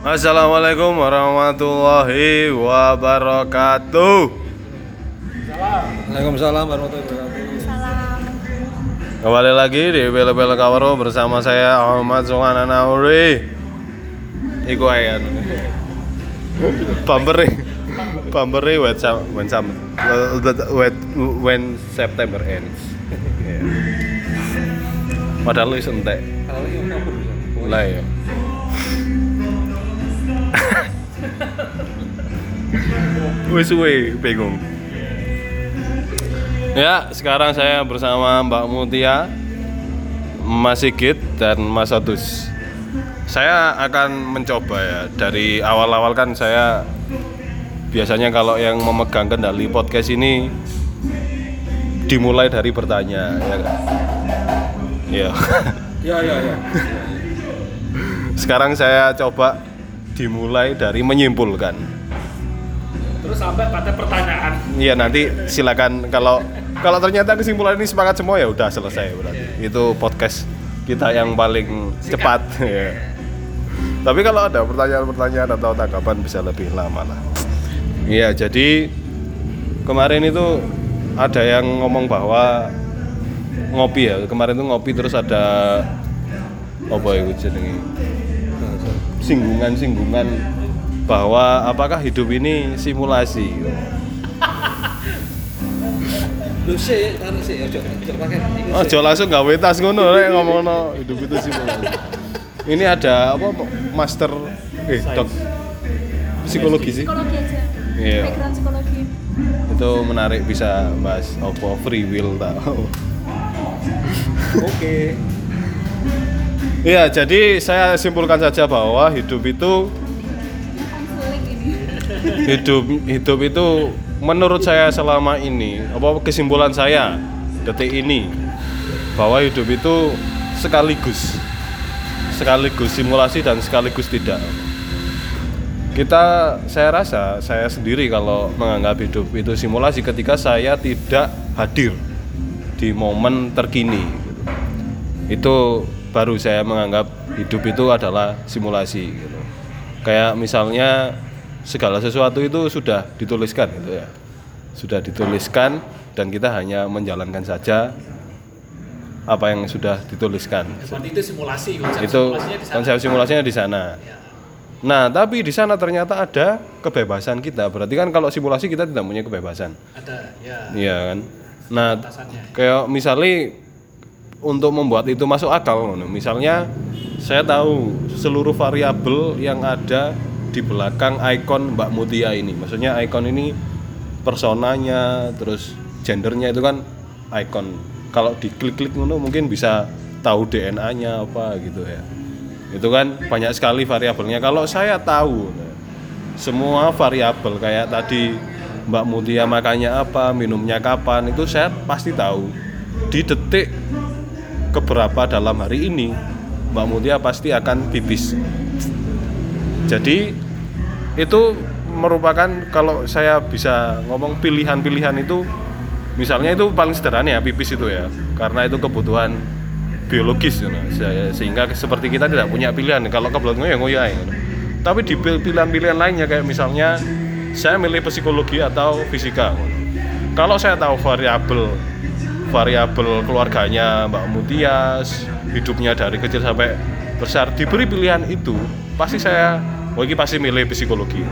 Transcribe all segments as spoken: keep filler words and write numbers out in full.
Assalamualaikum warahmatullahi wabarakatuh. Waalaikumsalam warahmatullahi wabarakatuh. Salam. Kembali lagi di Bel-Bel Kawaro bersama saya Ahmad Zulana Nauri. Iku ayan. Bumper Bumper when some when some when September ends. Yeah. Padahal wis entek. Kalau ini apa bisa? Lah ya. Wis suwe bingung. Ya, sekarang saya bersama Mbak Mutia, Mas Sigit dan Mas Odus. Saya akan mencoba ya. Dari awal-awal kan saya biasanya kalau yang memegang kendali podcast ini dimulai dari bertanya, ya kan? Iya. Ya ya ya. Sekarang saya coba dimulai dari menyimpulkan. Terus sampai pada pertanyaan. Iya, nanti silakan kalau kalau ternyata kesimpulan ini sepakat semua ya udah selesai berarti. Itu podcast kita yang paling cepat ya. Tapi kalau ada pertanyaan-pertanyaan atau tanggapan bisa lebih lama lah. Iya, jadi kemarin itu ada yang ngomong bahwa ngopi ya. Kemarin itu ngopi terus ada apa itu jenenge? Singgungan-singgungan bahwa apakah hidup ini simulasi. Lu sih, taruh sih, ojo ojo pakai. Ojo langsung gawe tas ngono rek ngomongno hidup itu simulasi. Ini ada apa master eh dok psikologi sih. Psikologi aja. Iya. Background psikologi. Itu menarik bisa bahas apa free will tahu. Oke. Iya, jadi saya simpulkan saja bahwa hidup itu Konseling ini. hidup hidup itu menurut saya selama ini apa kesimpulan saya detik ini bahwa hidup itu sekaligus sekaligus simulasi dan sekaligus tidak. Kita saya rasa saya sendiri kalau menganggap hidup itu simulasi ketika saya tidak hadir di momen terkini. Itu baru saya menganggap hidup itu adalah simulasi gitu. Kayak misalnya segala sesuatu itu sudah dituliskan gitu ya. Sudah dituliskan dan kita hanya menjalankan saja apa yang sudah dituliskan. Seperti itu simulasi, konsep Itu simulasinya di sana. konsep simulasinya di sana. Ya. Nah, tapi di sana ternyata ada kebebasan kita. Berarti kan kalau simulasi kita tidak punya kebebasan. Ada, ya. Iya kan? Nah, Batasannya. kayak misalnya untuk membuat itu masuk akal, misalnya saya tahu seluruh variabel yang ada di belakang ikon Mbak Mutia ini. Maksudnya ikon ini personanya, terus gendernya itu kan ikon. Kalau diklik-klik ngono mungkin bisa tahu D N A-nya apa gitu ya. Itu kan banyak sekali variabelnya. Kalau saya tahu semua variabel kayak tadi Mbak Mutia makannya apa, minumnya kapan, itu saya pasti tahu. Di detik keberapa dalam hari ini Mbak Mutia pasti akan pipis. Jadi itu merupakan kalau saya bisa ngomong pilihan-pilihan itu, misalnya itu paling sederhana ya pipis itu ya, karena itu kebutuhan biologis you know. Sehingga seperti kita tidak punya pilihan kalau kebetulan ya ngoyai you know. Tapi di pilihan-pilihan lainnya kayak misalnya saya milih psikologi atau fisika. Kalau saya tahu variabel variabel keluarganya Mbak Mutia, hidupnya dari kecil sampai besar, diberi pilihan itu, pasti saya oh ini pasti milih psikologi.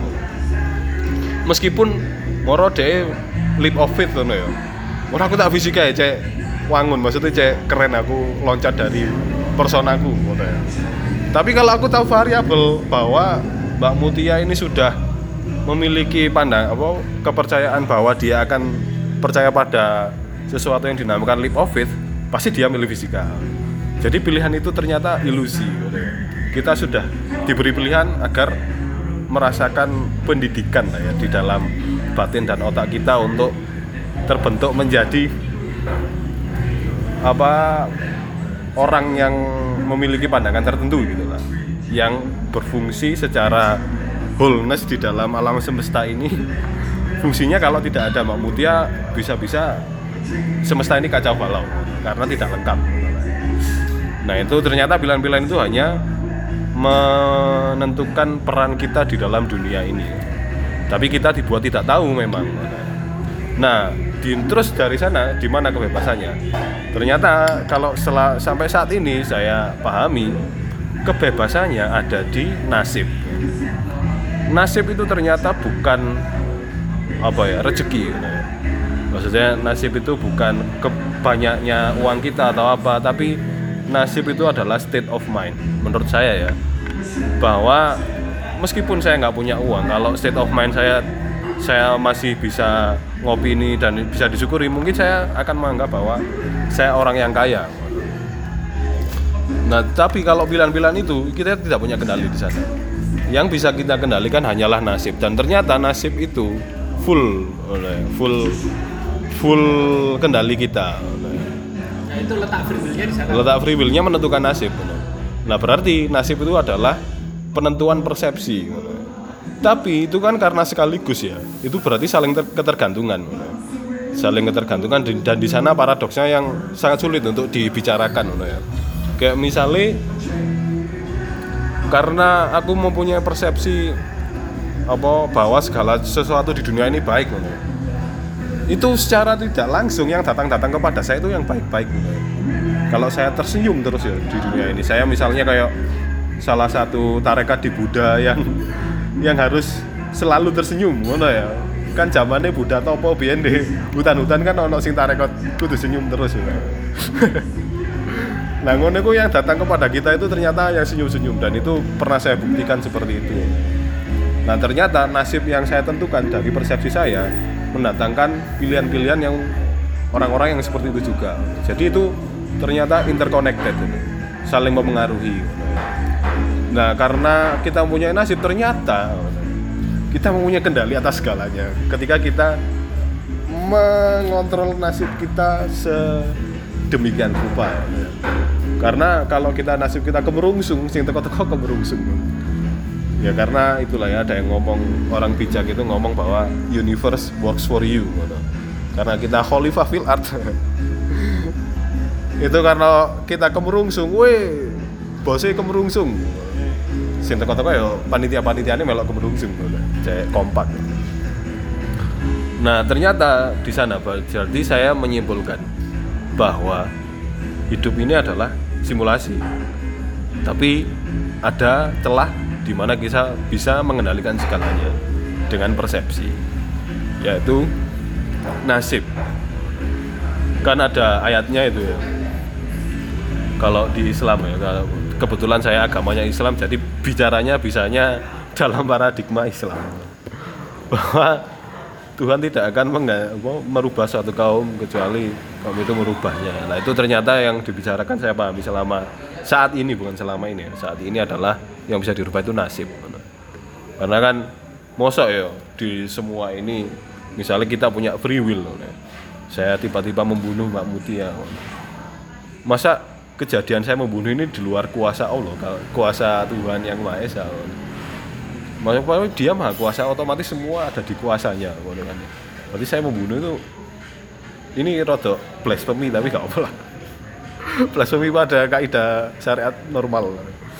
Meskipun moro deh leap of faith ngono ya. Ora aku tak fisika ya, cek wangun, maksudnya cek keren aku loncat dari personaku ngono ya. Tapi kalau aku tahu variabel bahwa Mbak Mutia ini sudah memiliki pandang apa kepercayaan bahwa dia akan percaya pada sesuatu yang dinamakan leap of faith, pasti dia milih fisika. Jadi pilihan itu ternyata ilusi. Kita sudah diberi pilihan agar merasakan pendidikan ya di dalam batin dan otak kita untuk terbentuk menjadi apa orang yang memiliki pandangan tertentu gitu lah, yang berfungsi secara wholeness di dalam alam semesta ini. Fungsinya kalau tidak ada Mbak Mutia bisa-bisa semesta ini kacau balau karena tidak lengkap. Nah itu ternyata pilihan-pilihan itu hanya menentukan peran kita di dalam dunia ini. Tapi kita dibuat tidak tahu memang. Nah, di, terus dari sana di mana kebebasannya? Ternyata kalau setelah, sampai saat ini saya pahami kebebasannya ada di nasib. Nasib itu ternyata bukan apa ya, rezeki. Maksudnya nasib itu bukan kebanyaknya uang kita atau apa, tapi nasib itu adalah state of mind. Menurut saya ya, bahwa meskipun saya nggak punya uang, kalau state of mind saya saya masih bisa ngopi ini dan bisa disyukuri, mungkin saya akan menganggap bahwa saya orang yang kaya. Nah, tapi kalau pilihan-pilihan itu kita tidak punya kendali di sana. Yang bisa kita kendalikan hanyalah nasib, dan ternyata nasib itu full full full kendali kita. Nah, itu letak free will-nya di sana. Letak free will-nya menentukan nasib. Nah, berarti nasib itu adalah penentuan persepsi. Tapi itu kan karena sekaligus ya. Itu berarti saling ter- ketergantungan. Saling ketergantungan, dan di sana paradoksnya yang sangat sulit untuk dibicarakan ya. Kayak misalnya karena aku mempunyai persepsi apa bahwa segala sesuatu di dunia ini baik, itu secara tidak langsung yang datang-datang kepada saya itu yang baik-baik. Kalau saya tersenyum terus ya di dunia ini, saya misalnya kayak salah satu tarekat di Buddha yang yang harus selalu tersenyum, ngono ya. Kan zamannya Buddha topo biyen di hutan-hutan kan ono sing tarekat kudu senyum terus ya. Nah, ngono itu yang datang kepada kita itu ternyata yang senyum-senyum, dan itu pernah saya buktikan seperti itu. Nah, ternyata nasib yang saya tentukan dari persepsi saya mendatangkan pilihan-pilihan yang orang-orang yang seperti itu juga. Jadi itu ternyata interconnected, ini saling mempengaruhi. Nah, karena kita mempunyai nasib, ternyata kita mempunyai kendali atas segalanya. Ketika kita mengontrol nasib kita sedemikian rupa. Karena kalau kita nasib kita kemerungsung, sing teko-teko kemerungsung. Ya karena itulah ya, ada yang ngomong, orang bijak itu ngomong bahwa universe works for you. Karena kita khalifah fil ard. Itu karena kita kemerungsung, weh, bosnya kemerungsung. Sing teko-teko ya panitia-panitiane melok kemerungsung, cek kompak. Nah, ternyata di sana berarti saya menyimpulkan bahwa hidup ini adalah simulasi. Tapi ada celah di mana kita bisa mengendalikan segalanya dengan persepsi, yaitu nasib. Kan ada ayatnya itu ya. Kalau di Islam ya, kalau kebetulan saya agamanya Islam, jadi bicaranya bisanya dalam paradigma Islam. Bahwa Tuhan tidak akan merubah suatu kaum kecuali kaum itu merubahnya. Nah, itu ternyata yang dibicarakan saya pahami selama saat ini, bukan selama ini. Saat ini adalah yang bisa dirubah itu nasib. Karena kan mosok ya di semua ini, misalnya kita punya free will. Saya tiba-tiba membunuh Mbak Mutia. Masa kejadian saya membunuh ini di luar kuasa Allah, kuasa Tuhan yang Maha Esa. Maksudnya dia maha kuasa, otomatis semua ada di kuasanya. Berarti saya membunuh itu, ini rada blasphemy tapi gak apa lah. Blasphemy pada kaidah syariat normal.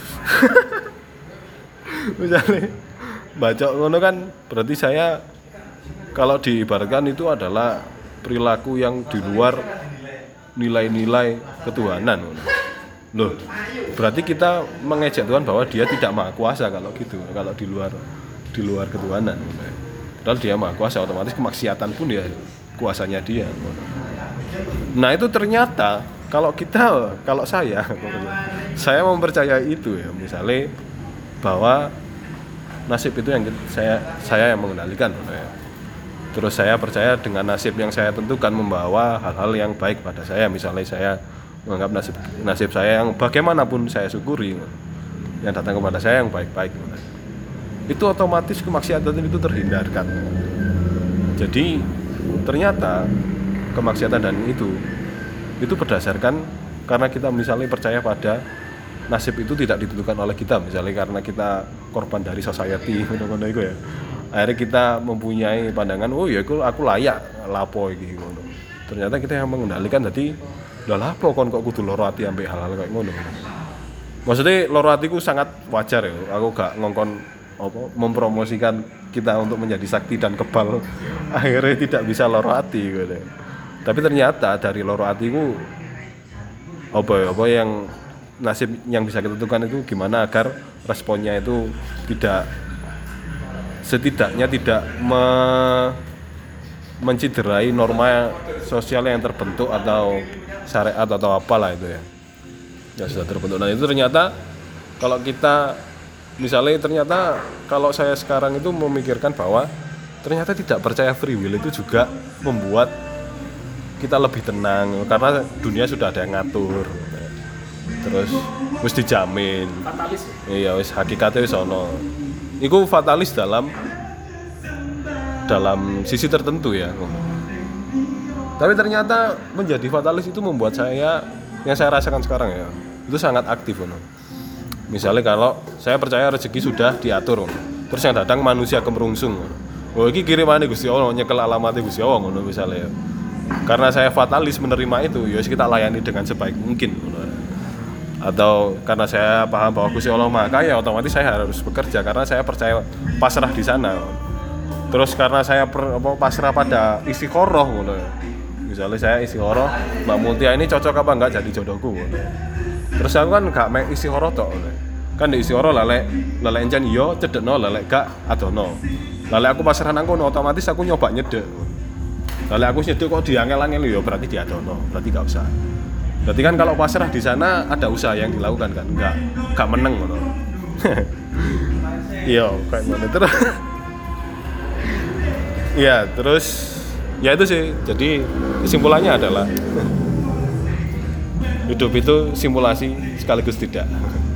Misalnya baca ngono kan, berarti saya kalau diibaratkan itu adalah perilaku yang di luar nilai-nilai ketuhanan. Loh, berarti kita mengejek Tuhan bahwa dia tidak maha kuasa kalau gitu, kalau di luar di luar ketuhanan. Padahal dia maha kuasa, otomatis kemaksiatan pun ya kuasanya dia. Nah, itu ternyata kalau kita, kalau saya saya mempercayai itu ya, misalnya bahwa nasib itu yang saya saya yang mengendalikan ya. Terus saya percaya dengan nasib yang saya tentukan membawa hal-hal yang baik pada saya. Misalnya saya menganggap nasib nasib saya yang bagaimanapun saya syukuri, yang datang kepada saya yang baik-baik, itu otomatis kemaksiatan itu terhindarkan. Jadi ternyata kemaksiatan dan itu itu berdasarkan karena kita misalnya percaya pada nasib itu tidak ditentukan oleh kita, misalnya karena kita korban dari society, ngono-ngono itu ya. Akhirnya kita mempunyai pandangan, oh ya aku, aku layak lapo iki ngono. Ternyata kita yang mengendalikan, jadi lha lapo kon kok kudu loro ati ambek hal-hal kayak ngono. Maksudnya loro atiku sangat wajar ya. Aku gak ngongkon apa mempromosikan kita untuk menjadi sakti dan kebal. Akhirnya tidak bisa loro ati gitu. Tapi ternyata dari loro atiku apa ya, apa yang nasib yang bisa kita tentukan itu gimana agar responnya itu tidak setidaknya tidak me, menciderai norma sosial yang terbentuk atau syariat atau apalah itu ya. Ya sudah terbentuk. Nah itu ternyata kalau kita misalnya ternyata kalau saya sekarang itu memikirkan bahwa ternyata tidak percaya free will itu juga membuat kita lebih tenang karena dunia sudah ada yang ngatur. Terus wis dijamin. Fatalis. Iya wis hakikate wis ono. Iku fatalis dalam dalam sisi tertentu ya. Tapi ternyata menjadi fatalis itu membuat saya yang saya rasakan sekarang ya itu sangat aktif ono. Misalnya kalau saya percaya rezeki sudah diatur ono. Terus yang datang manusia kemerungsung. Oh iki kirimane Gusti Allah nyekel alamate Gusti Allah ngono misalnya ya. Karena saya fatalis menerima itu, ya kita layani dengan sebaik mungkin. Atau karena saya paham bahwa Gusti Allah Maha Kaya, otomatis saya harus bekerja karena saya percaya pasrah di sana. Terus karena saya per, apa, pasrah pada istikharah ngono. Misalnya saya istikharah, Mbak Mutia ini cocok apa enggak jadi jodohku ngono. Terus aku kan gak mek istikharah tok ngono. Kan di istikharah lelek lelek encen yo cedekno lelek gak adono. Lelek aku pasrah nang kono otomatis aku nyoba nyedek. Lelek aku nyedek kok diangel-angel yo berarti diadono, berarti gak usah. Berarti kan kalau pasrah di sana ada usaha yang dilakukan kan, enggak enggak meneng ngono. Iya, kayak mana terus. Iya, terus ya itu sih. Jadi kesimpulannya adalah hidup itu simulasi sekaligus tidak.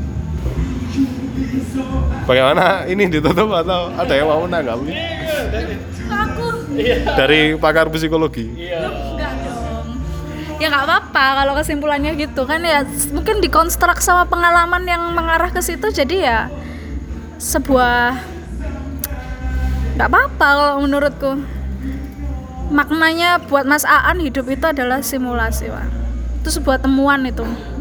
Bagaimana ini ditutup atau ada yang mau menanggapi? Aku Dari pakar psikologi. enggak dong. Ya nggak apa-apa kalau kesimpulannya gitu kan ya mungkin dikonstruk sama pengalaman yang mengarah ke situ jadi ya sebuah nggak apa-apa kalau menurutku. Maknanya buat Mas Aan hidup itu adalah simulasi, Pak. Itu sebuah temuan itu.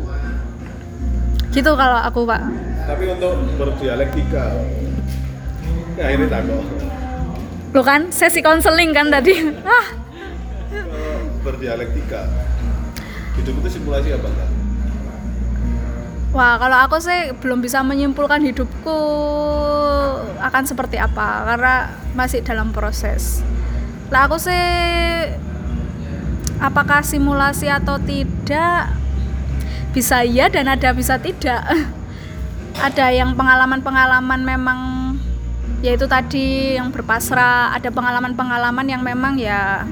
Gitu kalau aku, Pak. Tapi untuk berdialektika, ya ini takut. Lo kan sesi konseling kan tadi. Ah, Berdialektika, hidup itu simulasi apa enggak? wah, kalau aku sih belum bisa menyimpulkan hidupku akan seperti apa karena masih dalam proses. Lah aku sih apakah simulasi atau tidak bisa iya dan ada bisa tidak. Ada yang pengalaman-pengalaman memang yaitu tadi yang berpasrah, ada pengalaman-pengalaman yang memang ya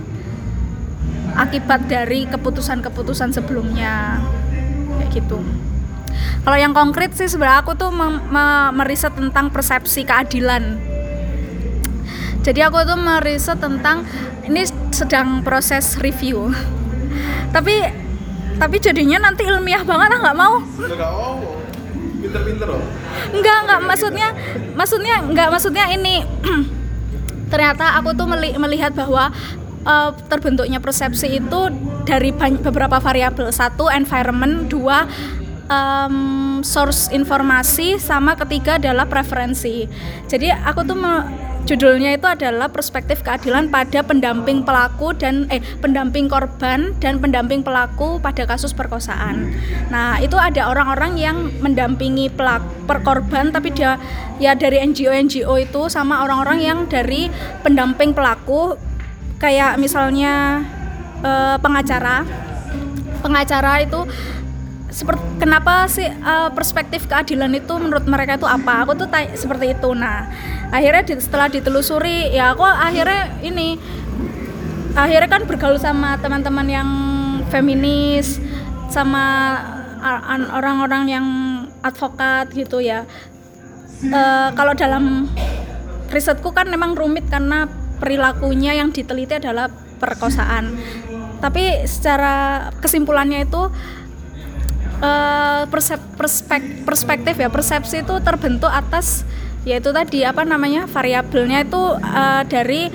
akibat dari keputusan-keputusan sebelumnya kayak gitu. Kalau yang konkret sih sebenarnya aku tuh mem- me- meriset tentang persepsi keadilan. Jadi aku tuh meriset tentang ini sedang proses review. tapi tapi jadinya nanti ilmiah banget ah nggak mau. Enggak oh, pinter-pinter loh. Enggak, enggak maksudnya maksudnya enggak maksudnya ini ternyata aku tuh meli- melihat bahwa uh, terbentuknya persepsi itu dari bany- beberapa variabel. Satu, environment, dua, um, source informasi, sama ketiga adalah preferensi. Jadi aku tuh me- judulnya itu adalah perspektif keadilan pada pendamping pelaku dan eh pendamping korban dan pendamping pelaku pada kasus perkosaan. Nah, itu ada orang-orang yang mendampingi pelaku perkorban tapi dia ya dari N G O N G O itu sama orang-orang yang dari pendamping pelaku kayak misalnya eh, pengacara. Pengacara itu seperti kenapa sih uh, perspektif keadilan itu menurut mereka itu apa? Aku tuh tanya seperti itu. Nah, akhirnya di, setelah ditelusuri ya aku akhirnya ini akhirnya kan bergaul sama teman-teman yang feminis sama uh, orang-orang yang advokat gitu ya. Uh, kalau dalam risetku kan memang rumit karena perilakunya yang diteliti adalah perkosaan. Tapi secara kesimpulannya itu Uh, persep, perspek, perspektif ya persepsi itu terbentuk atas yaitu tadi apa namanya variabelnya itu uh, dari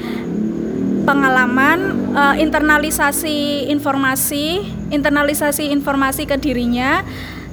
pengalaman, uh, internalisasi informasi internalisasi informasi ke dirinya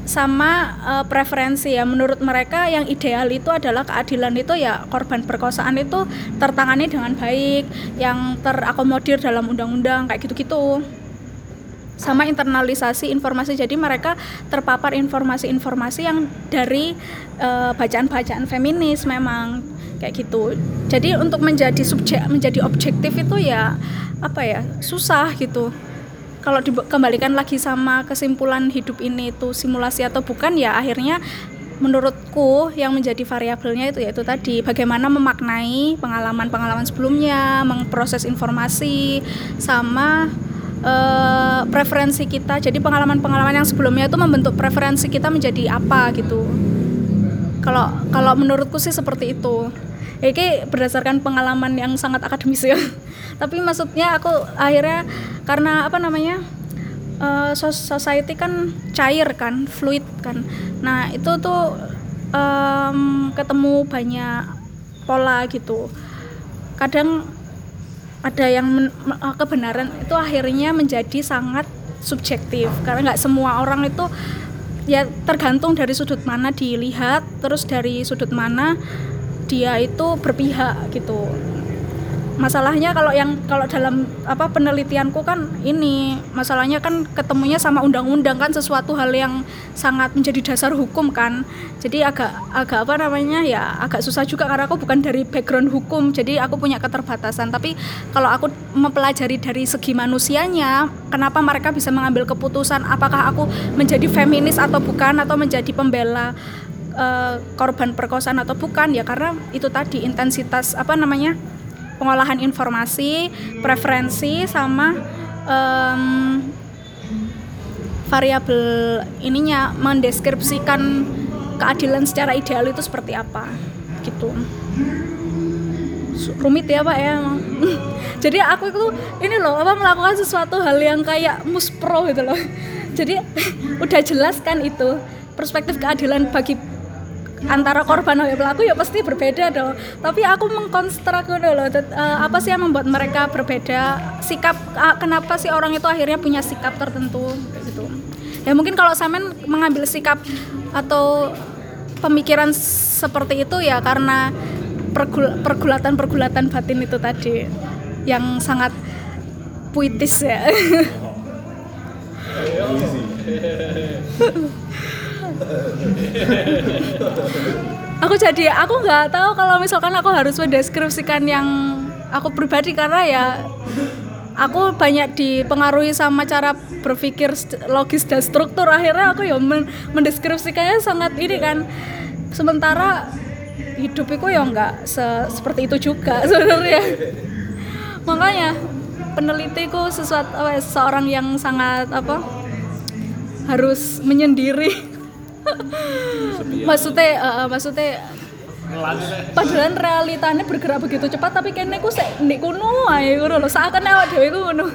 sama uh, preferensi ya. Menurut mereka yang ideal itu adalah keadilan itu ya korban perkosaan itu tertangani dengan baik, yang terakomodir dalam undang-undang kayak gitu-gitu. Sama internalisasi informasi, jadi mereka terpapar informasi-informasi yang dari uh, bacaan-bacaan feminis memang kayak gitu. Jadi untuk menjadi subjek, menjadi objektif itu ya apa ya, susah gitu. Kalau dikembalikan lagi sama kesimpulan hidup ini itu simulasi atau bukan, ya akhirnya menurutku yang menjadi variabelnya itu yaitu tadi bagaimana memaknai pengalaman-pengalaman sebelumnya, memproses informasi, sama uh, preferensi kita. Jadi pengalaman-pengalaman yang sebelumnya itu membentuk preferensi kita menjadi apa gitu. Kalau kalau menurutku sih seperti itu. Ini berdasarkan pengalaman yang sangat akademis ya. Tapi maksudnya aku akhirnya karena apa namanya uh, society kan cair kan, fluid kan. Nah itu tuh um, ketemu banyak pola gitu. Kadang ada yang men- kebenaran itu akhirnya menjadi sangat subjektif karena nggak semua orang itu, ya tergantung dari sudut mana dilihat, terus dari sudut mana dia itu berpihak gitu. Masalahnya kalau yang kalau dalam apa penelitianku kan ini masalahnya kan ketemunya sama undang-undang kan, sesuatu hal yang sangat menjadi dasar hukum kan. Jadi agak agak apa namanya ya agak susah juga karena aku bukan dari background hukum, jadi aku punya keterbatasan. Tapi kalau aku mempelajari dari segi manusianya, kenapa mereka bisa mengambil keputusan apakah aku menjadi feminis atau bukan, atau menjadi pembela Uh, korban perkosaan atau bukan, ya karena itu tadi intensitas apa namanya pengolahan informasi, preferensi, sama um, variabel ininya mendeskripsikan keadilan secara ideal itu seperti apa gitu. Rumit ya Pak ya. Jadi aku itu ini loh apa melakukan sesuatu hal yang kayak muspro gitu loh. Jadi udah jelas kan itu perspektif keadilan bagi antara korban dan pelaku ya pasti berbeda dong. Tapi aku mengkonstruk dulu loh, uh, apa sih yang membuat mereka berbeda? Sikap uh, kenapa sih orang itu akhirnya punya sikap tertentu gitu. Ya mungkin kalau Samen mengambil sikap atau pemikiran seperti itu ya karena pergul- pergulatan-pergulatan batin itu tadi yang sangat puitis ya. Aku jadi aku nggak tahu kalau misalkan aku harus mendeskripsikan yang aku pribadi, karena ya aku banyak dipengaruhi sama cara berpikir logis dan struktur. Akhirnya aku ya men- mendeskripsikannya sangat ini kan, sementara hidupku ya nggak se- seperti itu juga sebenarnya. Makanya penelitiku sesuatu apa, seorang yang sangat apa harus menyendiri. maksudnya uh, maksudnya padahal realitanya bergerak begitu cepat, tapi kene ku sik ndek kono ae ngono lho, seakan awake dhewe ku ngono.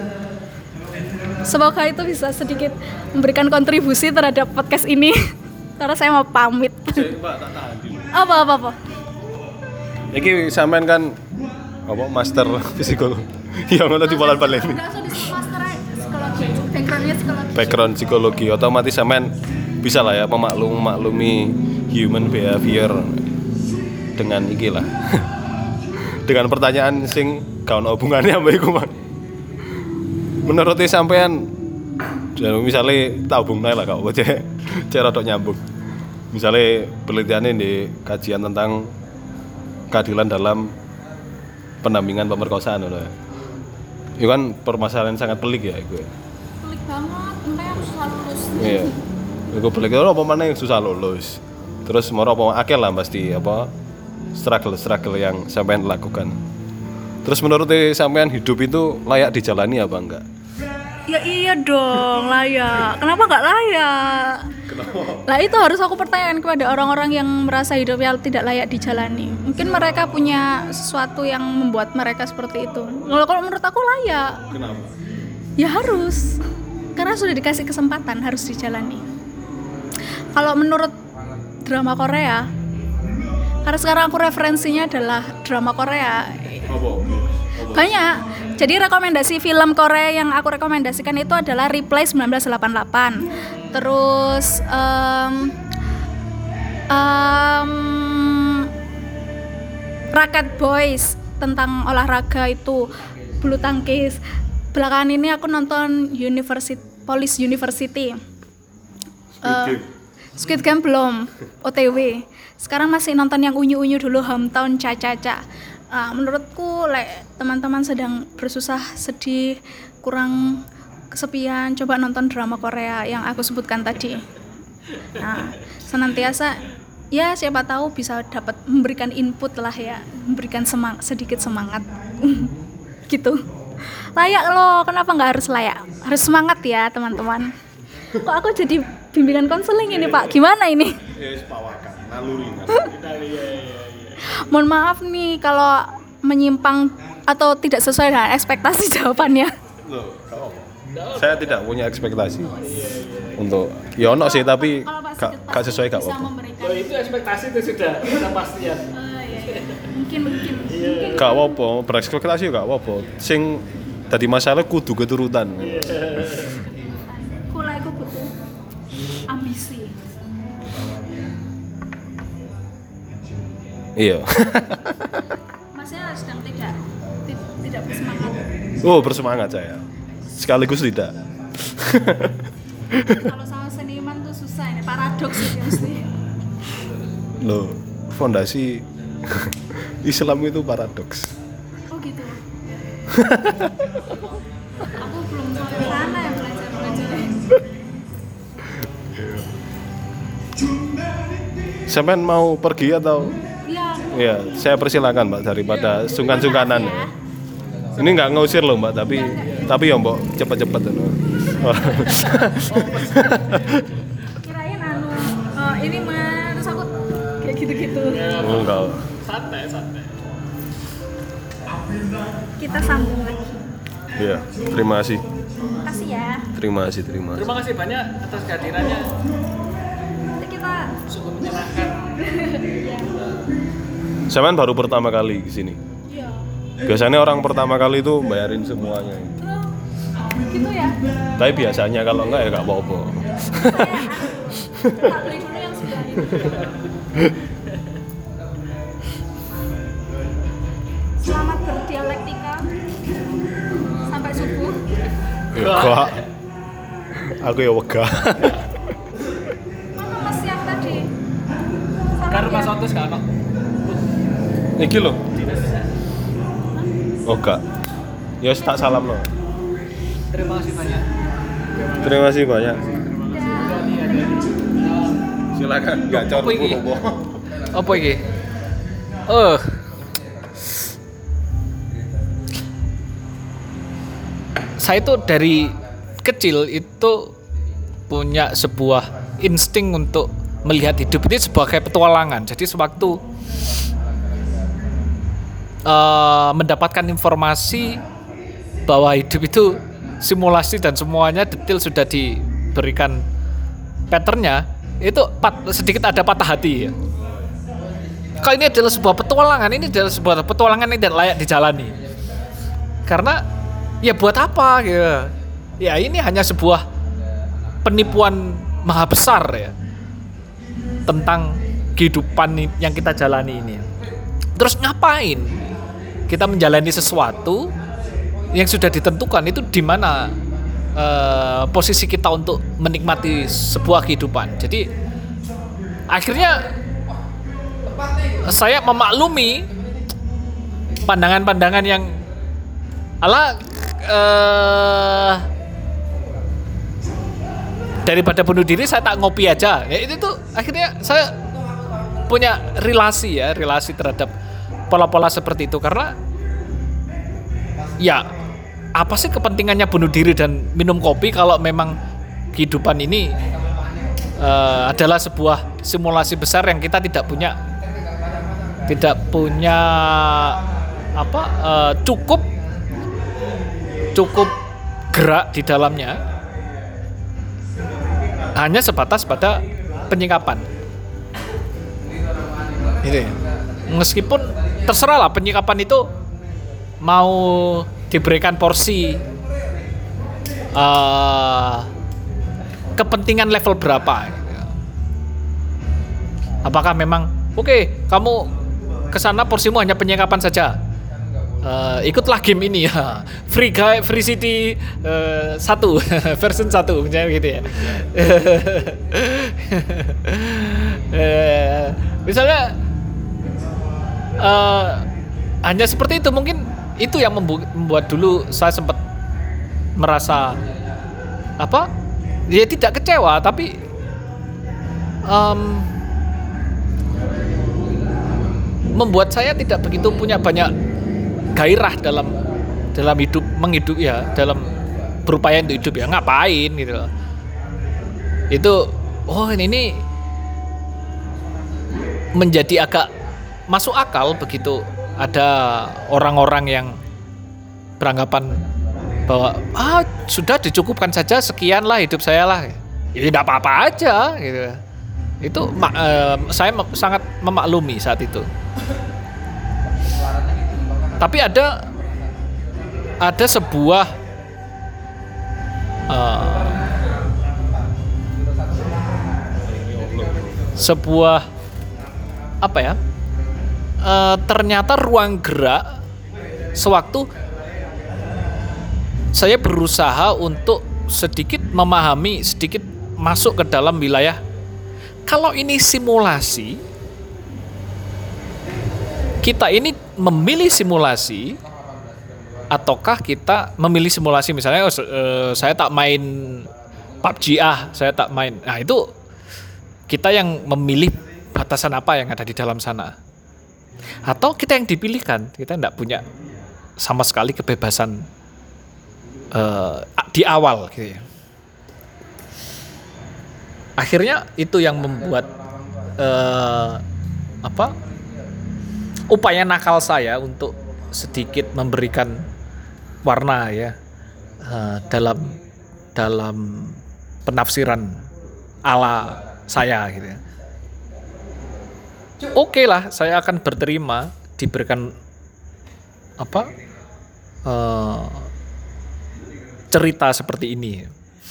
Semoga itu bisa sedikit memberikan kontribusi terhadap podcast ini. Karena saya mau pamit. Apa apa apa. Iki sampean kan apa master psikologi. Ya ngono di bolan-bolan ini. Backgroundnya psikologi. Background psikologi, otomatis sampean bisa lah ya memaklum memaklumi human behavior dengan iki lah. Dengan pertanyaan sing gak ono hubungane ambek iku, Mas. Menurut sampean misalnya tak hubungne lah kok cek cek rodok nyambung. Misalnya penelitiannya di kajian tentang keadilan dalam pendampingan pemerkosaan loh. Itu kan permasalahan sangat pelik ya itu. Pelik banget, makanya aku susah lulus. Iya. Iku pelik lho apa mana yang susah lulus. Terus moro apa akeh lah pasti apa struggle-struggle yang sampean lakukan. Terus menurut sampean hidup itu layak dijalani apa enggak? Ya iya dong, layak. Kenapa nggak layak? Kenapa? Lah itu harus aku pertanyakan kepada orang-orang yang merasa hidupnya tidak layak dijalani. Mungkin mereka punya sesuatu yang membuat mereka seperti itu. Kalau menurut aku layak. Kenapa? Ya harus. Karena sudah dikasih kesempatan, harus dijalani. Kalau menurut drama Korea, karena sekarang aku referensinya adalah drama Korea. Apa? Banyak. Jadi rekomendasi film Korea yang aku rekomendasikan itu adalah Reply seribu sembilan ratus delapan puluh delapan. terus em, em, Racket Boys tentang olahraga itu, bulu tangkis. Belakangan ini aku nonton University Police University. Eh, Squid Game belum, O T W. Sekarang masih nonton yang unyu-unyu dulu, Hometown Cha-Cha-Cha. Uh, menurutku, like, teman-teman sedang bersusah, sedih, kurang kesepian, coba nonton drama Korea yang aku sebutkan tadi. Nah, senantiasa, ya siapa tahu bisa dapat memberikan input lah ya, memberikan semang, sedikit semangat. Gitu. Layak loh, kenapa nggak harus layak? Harus semangat ya teman-teman. Kok aku jadi bimbingan konseling ini Pak, gimana ini? Ya wis pawakan, naluri. Mohon maaf nih kalau menyimpang atau tidak sesuai dengan ekspektasi jawabannya. Loh, saya tidak punya ekspektasi untuk ya ono sih tapi gak, gak sesuai gak apa-apa. Oh, itu ekspektasi itu sudah kita pastian. Oh, iya, iya. Mungkin mungkin. mungkin. Gak apa-apa, berekspektasi gak apa-apa. Sing tadi masalah kudu keturutan. Kula iku butuh ambisi. Iya. Masnya sedang tidak ti- tidak bersemangat. Oh, bersemangat saya. Sekaligus tidak. Kalau sama seniman tuh susah ini, paradoks ini mesti. Loh, fondasi Islam itu paradoks. Oh gitu. Aku belum sampai sana ya belajar belajar. Sampean mau pergi atau? Iya. Ya, saya persilakan Mbak daripada sungkan-sungkanan. Ya. Ini nggak ngusir loh Mbak, tapi tapi ya Mbak cepet-cepet tuh. Kirain anu oh, ini mah terus aku kayak gitu-gitu. Oh, enggak. Santai, santai. Kita sambung lagi. Iya, terima kasih. Kasih ya. Terima kasih, terima kasih. Terima kasih banyak atas kehadirannya. Nanti kita Sungguh menyenangkan. Sampean baru pertama kali di sini. iya. Biasanya orang pertama kali itu bayarin semuanya. Oh, gitu ya. Tapi biasanya kalau enggak ya enggak apa-apa. Tak beli dulu yang sebelah ini. Selamat berdialektika sampai subuh. Enggak. Aku ya wegah. Mana mas yang tadi? Salam Karena Mas ya. Otus kan. Iki lho. Oh enggak. Ya wis tak salam loh. Terima kasih banyak. Terima kasih banyak. Ya. Silakan gacor Apa iki? opo. Apa iki? Oh. Saya itu dari kecil itu punya sebuah insting untuk melihat hidup ini sebagai petualangan. Jadi sewaktu uh, mendapatkan informasi bahwa hidup itu simulasi dan semuanya detail sudah diberikan patternnya, itu pat, sedikit ada patah hati ya. Kalau ini adalah sebuah petualangan, ini adalah sebuah petualangan yang tidak layak dijalani. Karena ya buat apa gitu. Ya ini hanya sebuah penipuan maha besar ya tentang kehidupan yang kita jalani ini. Terus ngapain kita menjalani sesuatu yang sudah ditentukan itu di mana uh, posisi kita untuk menikmati sebuah kehidupan. Jadi akhirnya saya memaklumi pandangan-pandangan yang ala uh, daripada bunuh diri saya tak ngopi aja. Ya itu tuh akhirnya saya punya relasi ya, relasi terhadap pola-pola seperti itu karena ya apa sih kepentingannya bunuh diri dan minum kopi kalau memang kehidupan ini uh, adalah sebuah simulasi besar yang kita tidak punya tidak punya apa uh, cukup cukup gerak di dalamnya, hanya sebatas pada penyikapan. Ini meskipun terserah lah penyikapan itu mau diberikan porsi uh, kepentingan level berapa? Apakah memang oke okay, kamu kesana porsimu hanya penyekapan saja, uh, ikutlah game ini ya, free guy, free city uh, satu version satu misalnya gitu ya. uh, misalnya uh, hanya seperti itu, mungkin itu yang membu- membuat dulu saya sempat merasa apa? Ya tidak kecewa tapi um, membuat saya tidak begitu punya banyak gairah dalam dalam hidup menghidup ya, dalam berupaya untuk hidup ya, ngapain gitu loh. Itu oh ini menjadi agak masuk akal begitu ada orang-orang yang beranggapan bahwa ah sudah dicukupkan saja sekian lah hidup saya lah, ya tidak apa-apa aja gitu. Itu uh, saya me- sangat memaklumi saat itu. Tapi ada ada sebuah uh, sebuah apa ya? Uh, ternyata ruang gerak sewaktu saya berusaha untuk sedikit memahami, sedikit masuk ke dalam wilayah. Kalau ini simulasi, kita ini memilih simulasi, ataukah kita memilih simulasi misalnya oh, uh, saya tak main P U B G ah, saya tak main. Nah itu kita yang memilih batasan apa yang ada di dalam sana. Atau kita yang dipilihkan, kita tidak punya sama sekali kebebasan uh, di awal gitu ya. Akhirnya itu yang membuat uh, apa upaya nakal saya untuk sedikit memberikan warna ya uh, dalam dalam penafsiran ala saya gitu ya. Oke lah, saya akan berterima diberikan apa uh, cerita seperti ini.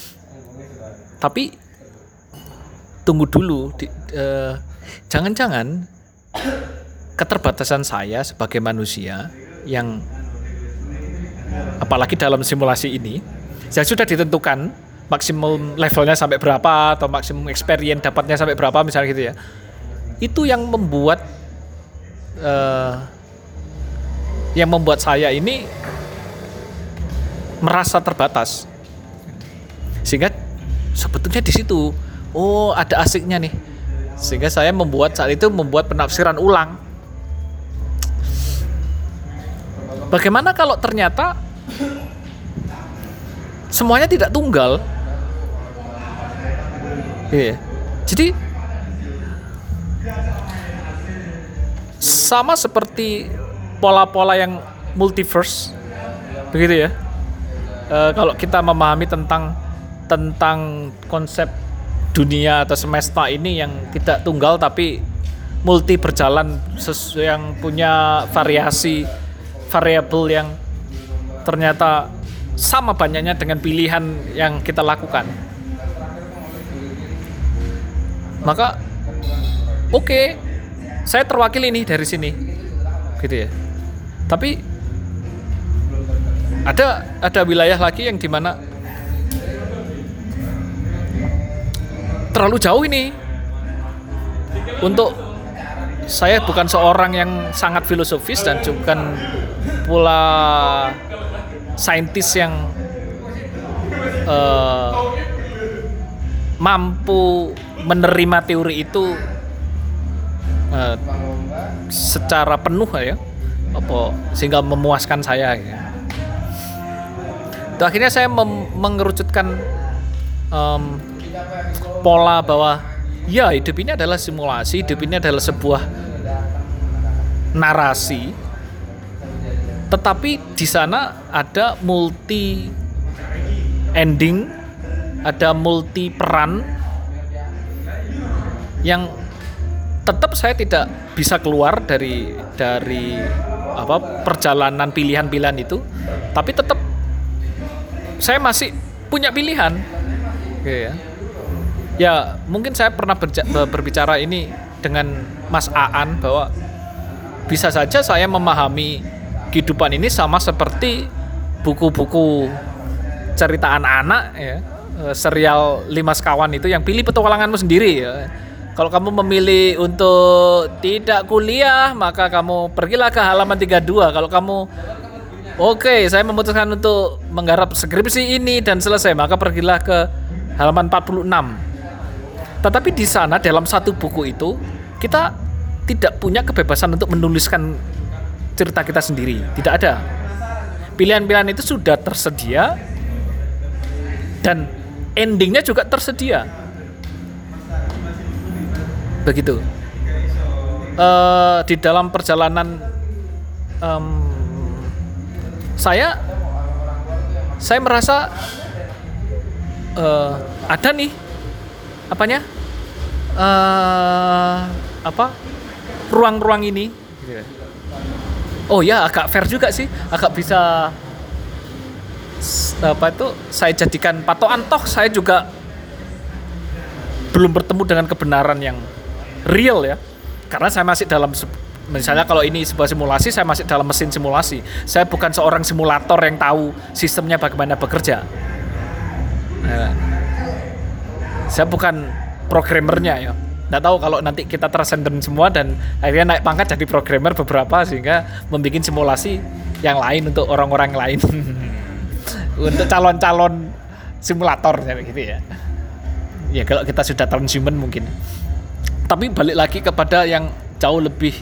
Tapi tunggu dulu, di, uh, jangan-jangan keterbatasan saya sebagai manusia yang apalagi dalam simulasi ini yang sudah ditentukan maksimum levelnya sampai berapa atau maksimum experience dapatnya sampai berapa misalnya gitu ya, itu yang membuat uh, yang membuat saya ini merasa terbatas, sehingga sebetulnya di situ oh ada asiknya nih, sehingga saya membuat saat itu membuat penafsiran ulang. Bagaimana kalau ternyata semuanya tidak tunggal? Iya. Jadi sama seperti pola-pola yang multiverse, begitu ya. E, kalau kita memahami tentang tentang konsep dunia atau semesta ini yang tidak tunggal tapi multi berjalan, ses- yang punya variasi variabel yang ternyata sama banyaknya dengan pilihan yang kita lakukan. Maka oke, okay, saya terwakili nih dari sini, gitu ya. Tapi ada ada wilayah lagi yang dimana terlalu jauh ini untuk saya. Bukan seorang yang sangat filosofis dan bukan pula saintis yang uh, mampu menerima teori itu uh, secara penuh ya, apa sehingga memuaskan saya ya. Itu akhirnya saya mem- mengerucutkan um, pola bahwa ya hidup ini adalah simulasi, hidup ini adalah sebuah narasi, tetapi di sana ada multi ending, ada multi peran yang tetap saya tidak bisa keluar dari dari apa perjalanan pilihan-pilihan itu, tapi tetap saya masih punya pilihan, gitu ya. Ya mungkin saya pernah berja- berbicara ini dengan Mas Aan bahwa bisa saja saya memahami kehidupan ini sama seperti buku-buku cerita anak-anak ya, serial Lima Sekawan itu yang pilih petualanganmu sendiri ya. Kalau kamu memilih untuk tidak kuliah, maka kamu pergilah ke halaman tiga puluh dua. Kalau kamu oke, okay, saya memutuskan untuk menggarap skripsi ini dan selesai, maka pergilah ke halaman empat puluh enam. Tetapi di sana dalam satu buku itu kita tidak punya kebebasan untuk menuliskan cerita kita sendiri. Tidak ada. Pilihan-pilihan itu sudah tersedia dan endingnya juga tersedia. Begitu. Uh, di dalam perjalanan um, saya, saya merasa uh, ada nih apanya uh, apa ruang-ruang ini. Oh ya, agak fair juga sih, agak bisa apa itu saya jadikan patokan. Toh saya juga belum bertemu dengan kebenaran yang real ya, karena saya masih dalam, misalnya kalau ini sebuah simulasi, saya masih dalam mesin simulasi. Saya bukan seorang simulator yang tahu sistemnya bagaimana bekerja. Nah, saya bukan programmernya ya. Nggak tahu kalau nanti kita transcendent semua dan akhirnya naik pangkat jadi programmer beberapa sehingga membuat simulasi yang lain untuk orang-orang lain. Untuk calon-calon simulator gitu ya. Ya kalau kita sudah transhuman mungkin. Tapi balik lagi kepada yang jauh lebih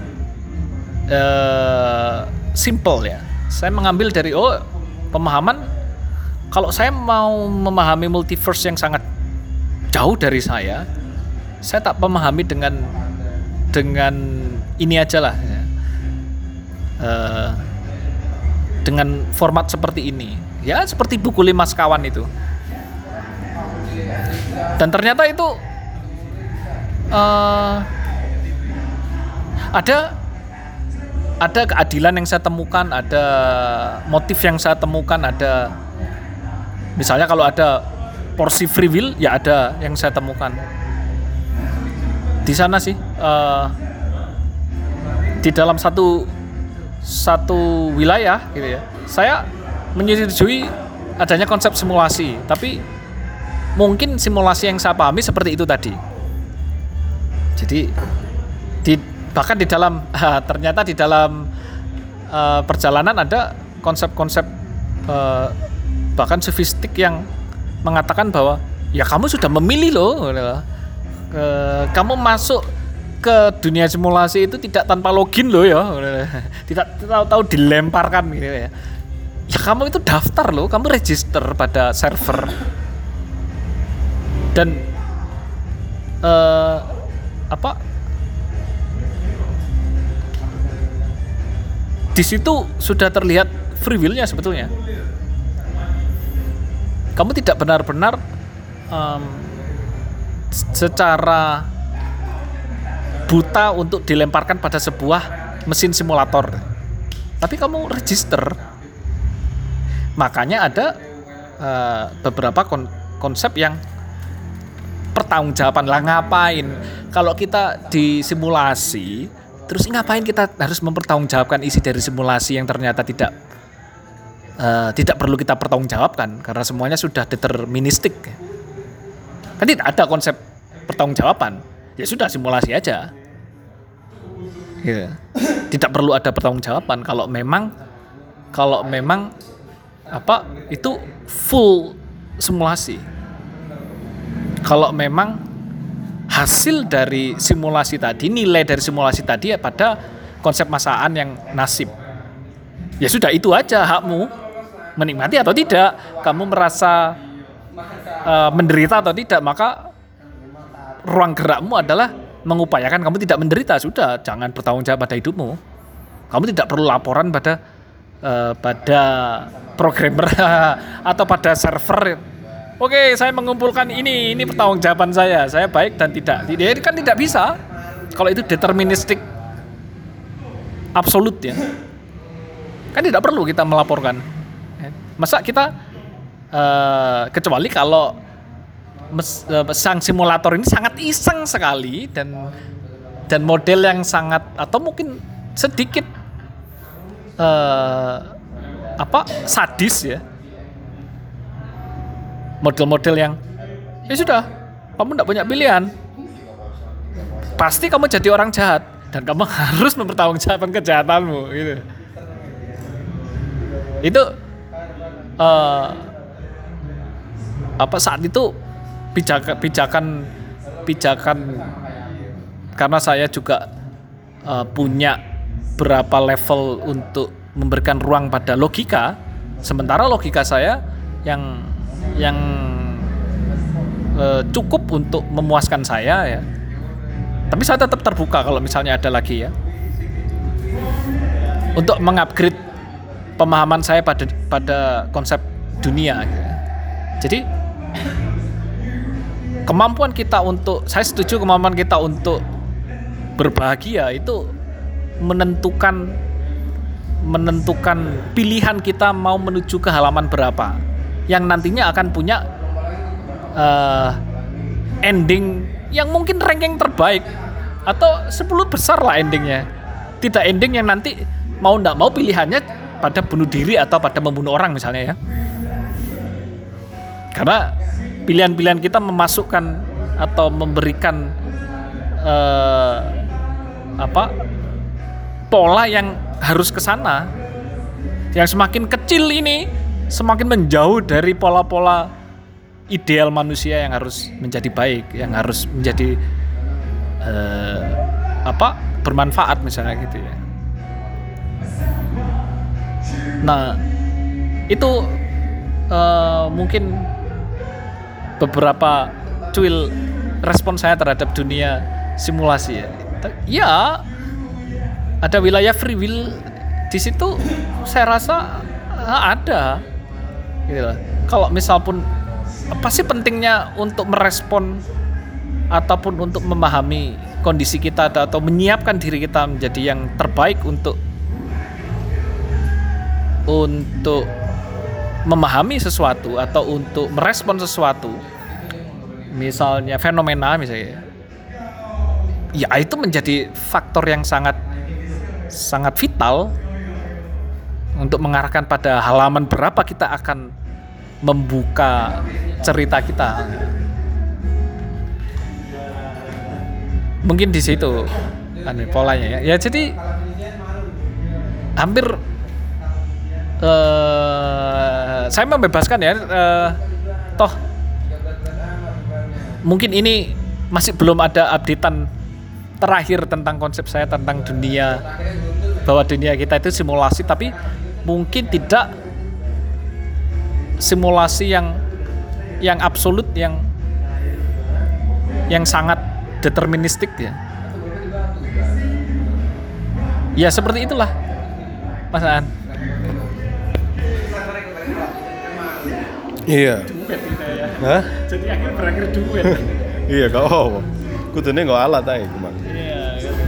uh, simple ya. Saya mengambil dari oh pemahaman, kalau saya mau memahami multiverse yang sangat jauh dari saya, saya tak memahami dengan dengan ini aja lah ya. Uh, dengan format seperti ini ya, seperti buku Lima Sekawan itu. Dan ternyata itu uh, ada ada keadilan yang saya temukan, ada motif yang saya temukan, ada misalnya kalau ada porsi free will ya ada yang saya temukan di sana sih. Uh, di dalam satu satu wilayah gitu ya, saya menyetujui adanya konsep simulasi, tapi mungkin simulasi yang saya pahami seperti itu tadi. Jadi di, bahkan di dalam uh, ternyata di dalam uh, perjalanan ada konsep-konsep uh, bahkan sofistik yang mengatakan bahwa ya kamu sudah memilih loh, uh, kamu masuk ke dunia simulasi itu tidak tanpa login loh ya, tidak tahu-tahu dilemparkan gitu ya. Ya kamu itu daftar loh, kamu register pada server dan uh, apa di situ sudah terlihat free will-nya sebetulnya. Kamu tidak benar-benar um, secara buta untuk dilemparkan pada sebuah mesin simulator, tapi kamu register. Makanya ada uh, beberapa kon- konsep yang pertanggungjawaban lah, ngapain kalau kita di simulasi terus ngapain kita harus mempertanggungjawabkan isi dari simulasi yang ternyata tidak uh, tidak perlu kita pertanggungjawabkan karena semuanya sudah deterministik. Kan tidak ada konsep pertanggungjawaban, ya sudah simulasi aja gitu. Tidak perlu ada pertanggungjawaban kalau memang kalau memang apa itu full simulasi. Kalau memang hasil dari simulasi tadi, nilai dari simulasi tadi ya pada konsep masaan yang nasib, ya sudah itu aja hakmu, menikmati atau tidak, kamu merasa uh, menderita atau tidak, maka ruang gerakmu adalah mengupayakan kamu tidak menderita. Sudah, jangan bertanggung jawab pada hidupmu. Kamu tidak perlu laporan pada uh, pada programmer atau pada server. Oke, saya mengumpulkan ini, ini pertanggungjawaban saya, saya baik dan tidak. Tidak kan tidak bisa. Kalau itu deterministik absolut ya, kan tidak perlu kita melaporkan. Masa kita uh, kecuali kalau mes, uh, sang simulator ini sangat iseng sekali dan dan model yang sangat atau mungkin sedikit uh, apa sadis ya, model-model yang ya sudah kamu tidak punya pilihan, pasti kamu jadi orang jahat dan kamu harus mempertanggungjawabkan kejahatanmu gitu. Itu uh, apa saat itu pijakan pijakan pijakan karena saya juga uh, punya berapa level untuk memberikan ruang pada logika, sementara logika saya yang yang uh, cukup untuk memuaskan saya ya. Tapi saya tetap terbuka kalau misalnya ada lagi ya untuk mengupgrade pemahaman saya pada pada konsep dunia. Jadi kemampuan kita untuk, saya setuju kemampuan kita untuk berbahagia itu menentukan menentukan pilihan kita mau menuju ke halaman berapa, yang nantinya akan punya uh, ending yang mungkin ranking terbaik atau sepuluh besar lah endingnya. Tidak ending yang nanti mau nggak mau pilihannya pada bunuh diri atau pada membunuh orang misalnya ya. Karena pilihan-pilihan kita memasukkan atau memberikan uh, apa pola yang harus ke sana. Yang semakin kecil ini semakin menjauh dari pola-pola ideal manusia yang harus menjadi baik, yang harus menjadi uh, apa bermanfaat misalnya gitu ya. Nah, itu uh, mungkin beberapa cuil respon saya terhadap dunia simulasi ya. Ya, ada wilayah free will di situ, saya rasa ada. Gitu lah. Kalau misal pun apa sih pentingnya untuk merespon ataupun untuk memahami kondisi kita atau menyiapkan diri kita menjadi yang terbaik untuk untuk memahami sesuatu atau untuk merespon sesuatu, misalnya fenomena misalnya, ya itu menjadi faktor yang sangat sangat vital untuk mengarahkan pada halaman berapa kita akan membuka cerita kita. Mungkin di situ kan polanya ya. Ya jadi hampir Uh, saya membebaskan ya, uh, toh mungkin ini masih belum ada updatean terakhir tentang konsep saya tentang dunia, bahwa dunia kita itu simulasi, tapi mungkin tidak simulasi yang yang absolut, yang yang sangat deterministik ya. Ya seperti itulah Mas Aan. Iya. Duet kita ya. Hah? Jadi akhirnya berakhir duet. Iya, kok oh. Kudune nggak alat ae, Mang. Iya.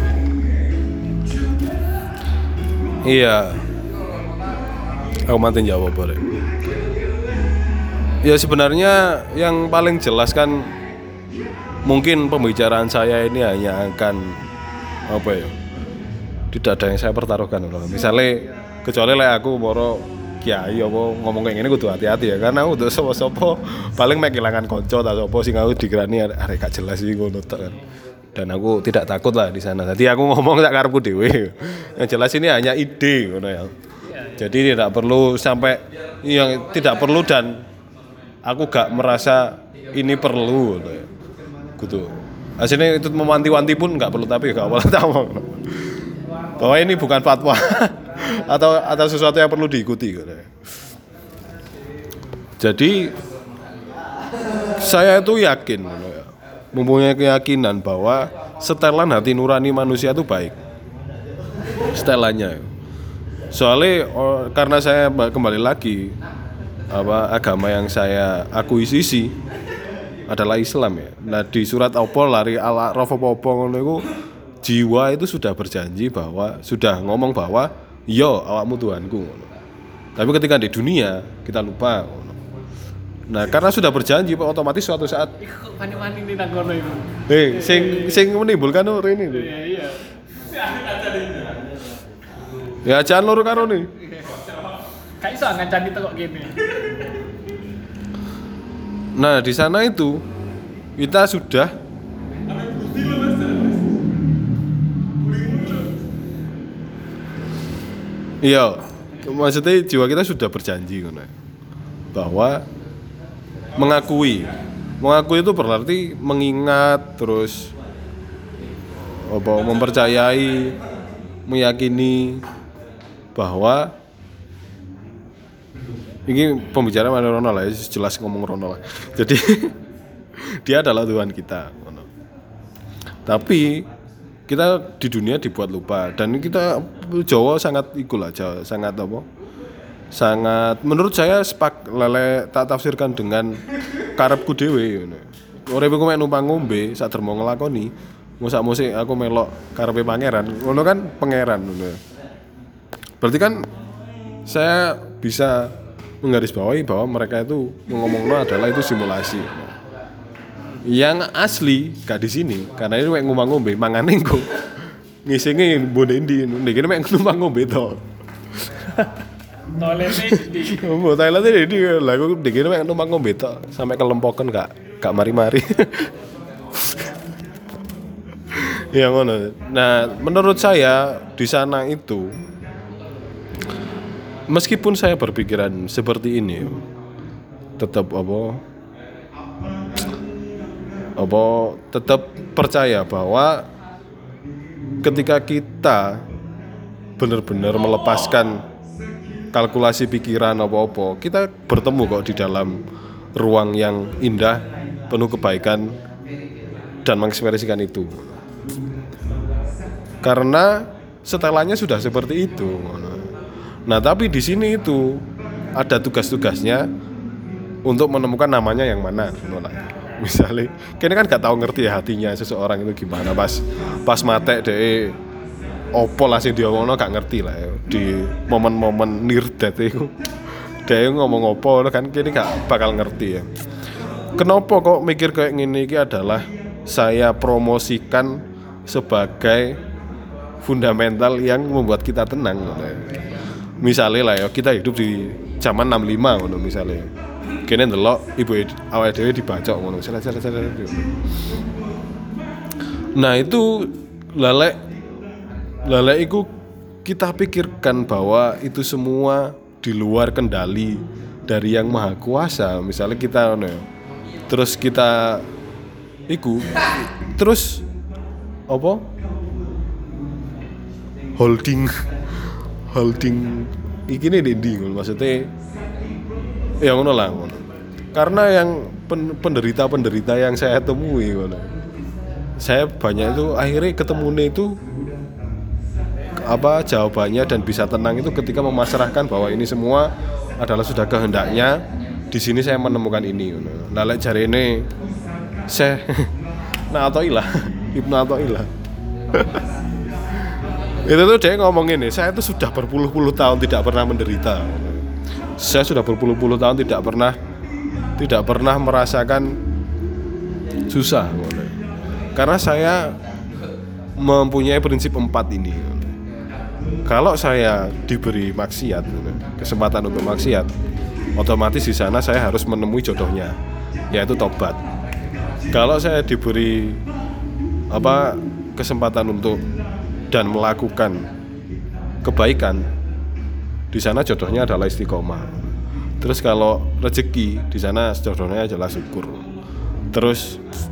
Iya. Aku mantin jawab boleh. Ya sebenarnya yang paling jelas kan mungkin pembicaraan saya ini hanya akan apa ya? Tidak ada yang saya pertaruhkan loh. Misalnya kecuali lah aku moro kiai apa ngomong kayak gini kudu hati-hati ya, karena aku udah sopo-sopo paling mek kehilangan konco ta sopo sing aku dikirani arek gak jelas iki ngono tok kan. Dan aku tidak takut lah di sana. Jadi aku ngomong sak karepku dhewe. Yang jelas ini hanya ide ngono ya. Jadi tidak perlu sampai yang tidak perlu, dan aku gak merasa ini perlu ngono ya. Gitu. Aslinya itu mewanti-wanti pun gak perlu, tapi gak boleh tahu bahwa ini bukan fatwa atau atau sesuatu yang perlu diikuti. Jadi saya itu yakin, mempunyai keyakinan bahwa setelan hati nurani manusia itu baik. Setelannya. Soalnya oh, karena saya kembali lagi apa agama yang saya akuisisi adalah Islam ya. Nah di surat apa lari al-A'raf apa ngono iku jiwa itu sudah berjanji bahwa sudah ngomong bahwa yo awakmu Tuhanku. Tapi ketika di dunia kita lupa. Nah, karena sudah berjanji Pak, otomatis suatu saat Kok wani-wani ini nang kono itu. eh sing sing menimbulkan ora ini. Iya iya. Ya jangan loro karo nih. Kayak iso ngancani kok gini. Nah, di sana itu kita sudah Iya, maksudnya jiwa kita sudah berjanji ngono. Bahwa mengakui. Mengakui itu berarti mengingat terus apa mempercayai, meyakini bahwa ini pembicaraan ada Ronald lah, jelas ngomong Ronald lah. Jadi dia adalah Tuhan kita. Tapi kita di dunia dibuat lupa dan kita Jawa sangat ikulah Jawa sangat apa? Sangat menurut saya sepak lele tak tafsirkan dengan karepku dhewe ngono. Ora aku mek numpang ngombe sak dermo nglakoni, musak-musik aku melok karepe pangeran. Ngono kan pangeran ngono. Berarti kan saya bisa menggarisbawahi bahwa mereka itu ngomongnya adalah itu simulasi. Yang asli gak di sini karena ini mek ngomong ngombe mangane engko ngisinge mbone ndi ndek kene mek numpang ngombe to. Toiletnya di Oh, Thailand ini lah aku ndek kene mek numpang ngombe to sampai kelempokan gak gak mari-mari. Ya ngono. Nah, menurut saya di sana itu meskipun saya berpikiran seperti ini tetap apa apa tetap percaya bahwa ketika kita benar-benar melepaskan kalkulasi pikiran apa-apa, kita bertemu kok di dalam ruang yang indah, penuh kebaikan dan mengekspresikan itu. Karena setelannya sudah seperti itu. Nah, tapi di sini itu ada tugas-tugasnya untuk menemukan namanya yang mana. Misalnya, kini kan gak tahu ngerti ya hatinya seseorang itu gimana pas pas mate deh, opo lah sih dia ngomong gak ngerti lah ya. Di momen-momen near death itu dia ngomong opo kan kini gak bakal ngerti ya. Kenapa kok mikir kayak gini? Ini adalah saya promosikan sebagai fundamental yang membuat kita tenang. Misalnya lah ya kita hidup di zaman enam puluh lima ngono misalnya. Kene ndelok ibu awake dhewe dibacok ngono. Nah, itu lalek lalek iku kita pikirkan bahwa itu semua di luar kendali dari Yang Maha Kuasa. Misalnya kita ngono. Terus kita iku terus apa? Holding holding iki ne ndi ngono maksudnya ya ngono lah ngono. Karena yang pen, penderita-penderita yang saya temui ngono. Saya banyak itu akhirnya ketemune itu apa jawabannya dan bisa tenang itu ketika memasrahkan bahwa ini semua adalah sudah kehendaknya. Di sini saya menemukan ini ngono. Lah lek jarene saya nah atau ilah, Ibnu Athaillah. Itu tuh dia ngomong ini, saya itu sudah berpuluh-puluh tahun tidak pernah menderita. Saya sudah berpuluh-puluh tahun tidak pernah tidak pernah merasakan susah. Karena saya mempunyai prinsip empat ini. Kalau saya diberi maksiat, kesempatan untuk maksiat, otomatis di sana saya harus menemui jodohnya, yaitu tobat. Kalau saya diberi apa kesempatan untuk dan melakukan kebaikan, di sana jodohnya adalah istiqomah. Terus kalau rezeki di sana jodohnya adalah syukur. Terus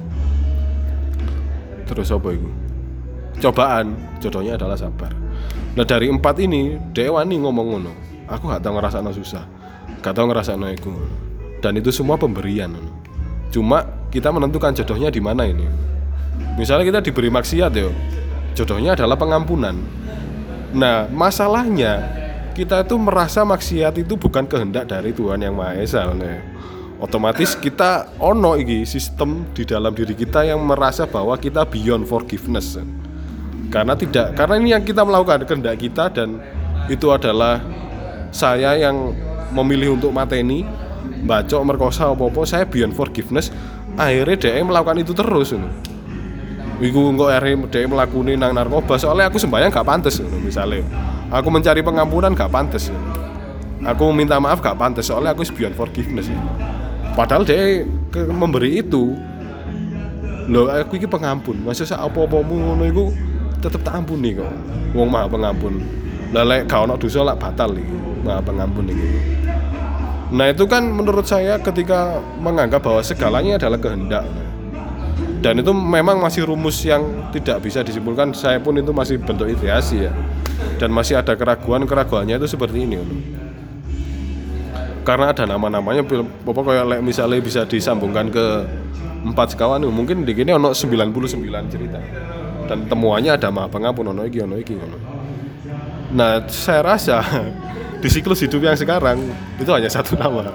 terus apa itu? Cobaan jodohnya adalah sabar. Nah dari empat ini Dewani ngomong ngono. Aku gak tahu ngerasakno susah, gak tahu ngerasakno iku. Dan itu semua pemberian. Cuma kita menentukan jodohnya di mana ini. Misalnya kita diberi maksiat yo, jodohnya adalah pengampunan. Nah masalahnya kita itu merasa maksiat itu bukan kehendak dari Tuhan Yang Maha Esa. Otomatis kita ono iki sistem di dalam diri kita yang merasa bahwa kita beyond forgiveness. Karena tidak, karena ini yang kita melakukan kehendak kita dan itu adalah saya yang memilih untuk mateni bacok merkosa apa-apa, saya beyond forgiveness. Akhirnya dia melakukan itu terus ngono. Iku engko akhirnya dia melakukan nang narkoba, soalnya aku sembahyang gak pantes ngono misalnya. Aku mencari pengampunan gak pantes. Aku minta maaf gak pantes soalnya aku beyond forgiveness. Padahal dia ke- memberi itu. Loh aku iki pengampun, masa sak apa-apamu ngono iku tetep tak ampuni kok. Wong Maha Pengampun. Lah lek gak ono dosa lak batal iki. Maha Pengampun iki. Nah, itu kan menurut saya ketika menganggap bahwa segalanya adalah kehendak. Dan itu memang masih rumus yang tidak bisa disimpulkan. Saya pun itu masih bentuk ideasi ya. Dan masih ada keraguan-keraguannya itu seperti ini. Karena ada nama-namanya Bapak kayak like, misalnya bisa disambungkan ke empat sekawan mungkin di sini ono sembilan puluh sembilan cerita. Dan temuannya ada Maha Pengampun ono iki ono iki ono. Nah, saya rasa di siklus hidup yang sekarang itu hanya satu nama.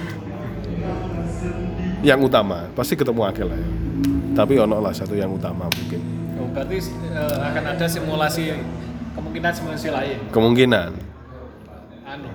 Yang utama, pasti ketemu akil lah ya. Tapi ono lah satu yang utama mungkin. Oh, berarti uh, akan ada simulasi kemungkinan simulasi lain. Kemungkinan. Anu.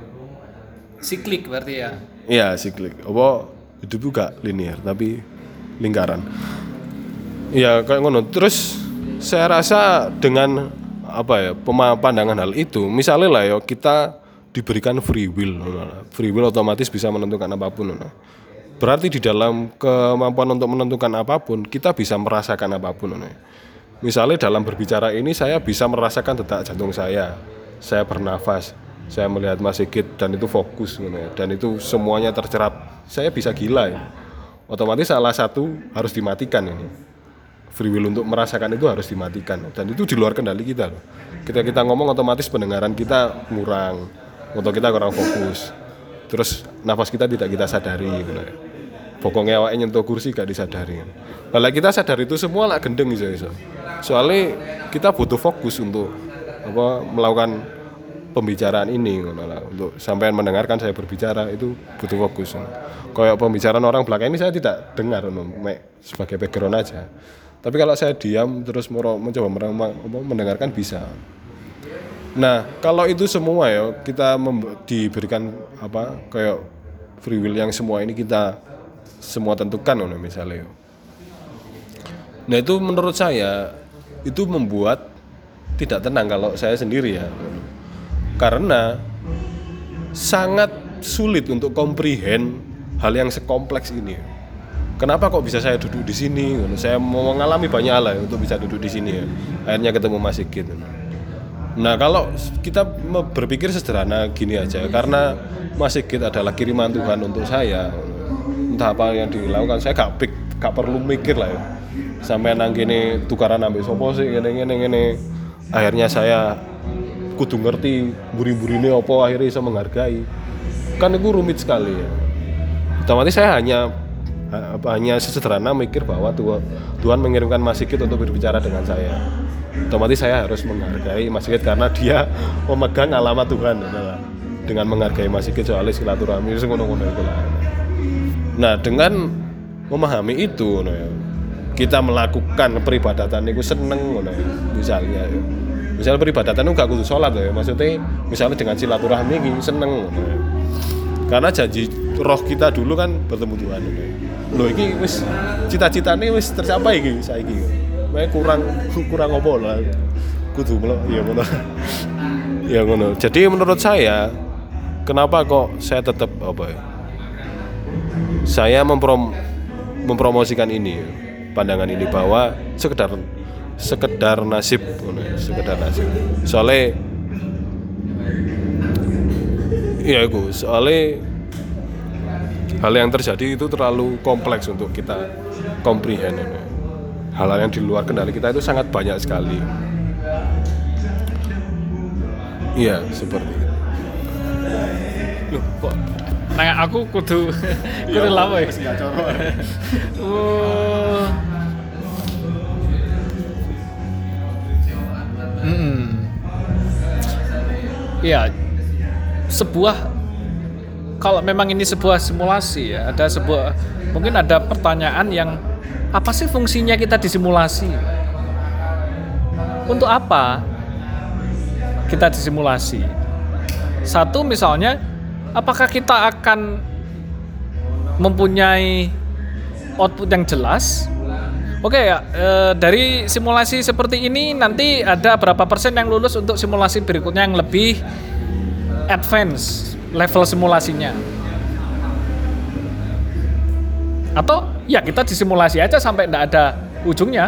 Siklik berarti ya. Iya, siklik. Apa hidup juga linear tapi lingkaran. Iya, kayak ngono. Terus saya rasa dengan apa ya, pandangan hal itu, misalnya lah ya kita diberikan free will. Free will otomatis bisa menentukan apapun. Berarti di dalam kemampuan untuk menentukan apapun, kita bisa merasakan apapun. Misalnya dalam berbicara ini saya bisa merasakan detak jantung saya. Saya bernafas, saya melihat Mas Sigit dan itu fokus dan itu semuanya tercerap. Saya bisa gila ya. Otomatis salah satu harus dimatikan ini. Free will untuk merasakan itu harus dimatikan dan itu di luar kendali kita loh. Ketika kita ngomong otomatis pendengaran kita kurang, atau kita kurang fokus. Terus nafas kita tidak kita sadari gitu. Bokongnya awake nyentuh kursi gak disadari. Kalau kita sadar itu semua lah gendeng iso-iso. Soalnya kita butuh fokus untuk apa melakukan pembicaraan ini untuk sampai mendengarkan saya berbicara itu butuh fokus. Kayak pembicaraan orang belakang ini saya tidak dengar sebagai background aja. Tapi kalau saya diam terus mencoba mendengarkan bisa. Nah, kalau itu semua ya kita mem- diberikan apa kayak free will yang semua ini kita semua tentukan loh misalnya. Nah, itu menurut saya itu membuat tidak tenang kalau saya sendiri ya. Karena sangat sulit untuk comprehend hal yang sekompleks ini. Kenapa kok bisa saya duduk di sini? Saya mau mengalami banyak hal ya untuk bisa duduk di sini ya. Akhirnya ketemu Mas Sigit. Nah, kalau kita berpikir sederhana gini aja, karena Mas Sigit adalah kiriman Tuhan untuk saya. Entah apa yang dilakukan, saya gak, pik, gak perlu mikir lah ya. Sampai nang gini tukaran ambil sopo sih ngene-ngene. Akhirnya saya kudu ngerti buri-burine apa akhirnya bisa menghargai. Kan itu rumit sekali ya. Otomatis saya hanya apa, hanya sesederhana mikir bahwa Tuhan mengirimkan Mas Sigit untuk berbicara dengan saya. Otomatis saya harus menghargai Mas Sigit karena dia memegang alamat Tuhan adalah dengan menghargai Mas Sigit soalnya silaturahmi itu ngono-ngono itu lah. Nah, dengan memahami itu no, kita melakukan peribadatan itu seneng no, misalnya ya. Misalnya peribadatan itu gak kudu sholat ya, maksudnya misalnya dengan silaturahmi ini seneng no, karena janji roh kita dulu kan bertemu Tuhan no. Loh iki wis cita-citane wis tercapai iki saiki. Mek kurang kurang opo lah. Kudu melo ya ngono. Ya ngono. Jadi menurut saya kenapa kok saya tetap apa ya? Saya memprom mempromosikan ini pandangan ini bahwa sekedar sekedar nasib sekedar nasib. Soalnya ya itu soalnya hal yang terjadi itu terlalu kompleks untuk kita comprehend. Hal-hal yang di luar kendali kita itu sangat banyak sekali. Iya, seperti itu. Loh, kok nah aku kudu kudu lama ya. Oh. Hmm. Iya. Sebuah kalau memang ini sebuah simulasi ya, ada sebuah mungkin ada pertanyaan yang apa sih fungsinya kita disimulasi? Untuk apa kita disimulasi? Satu misalnya, apakah kita akan mempunyai output yang jelas. Oke ya, e, dari simulasi seperti ini nanti ada berapa persen yang lulus untuk simulasi berikutnya yang lebih advance level simulasinya. Atau ya kita disimulasi aja sampai tidak ada ujungnya.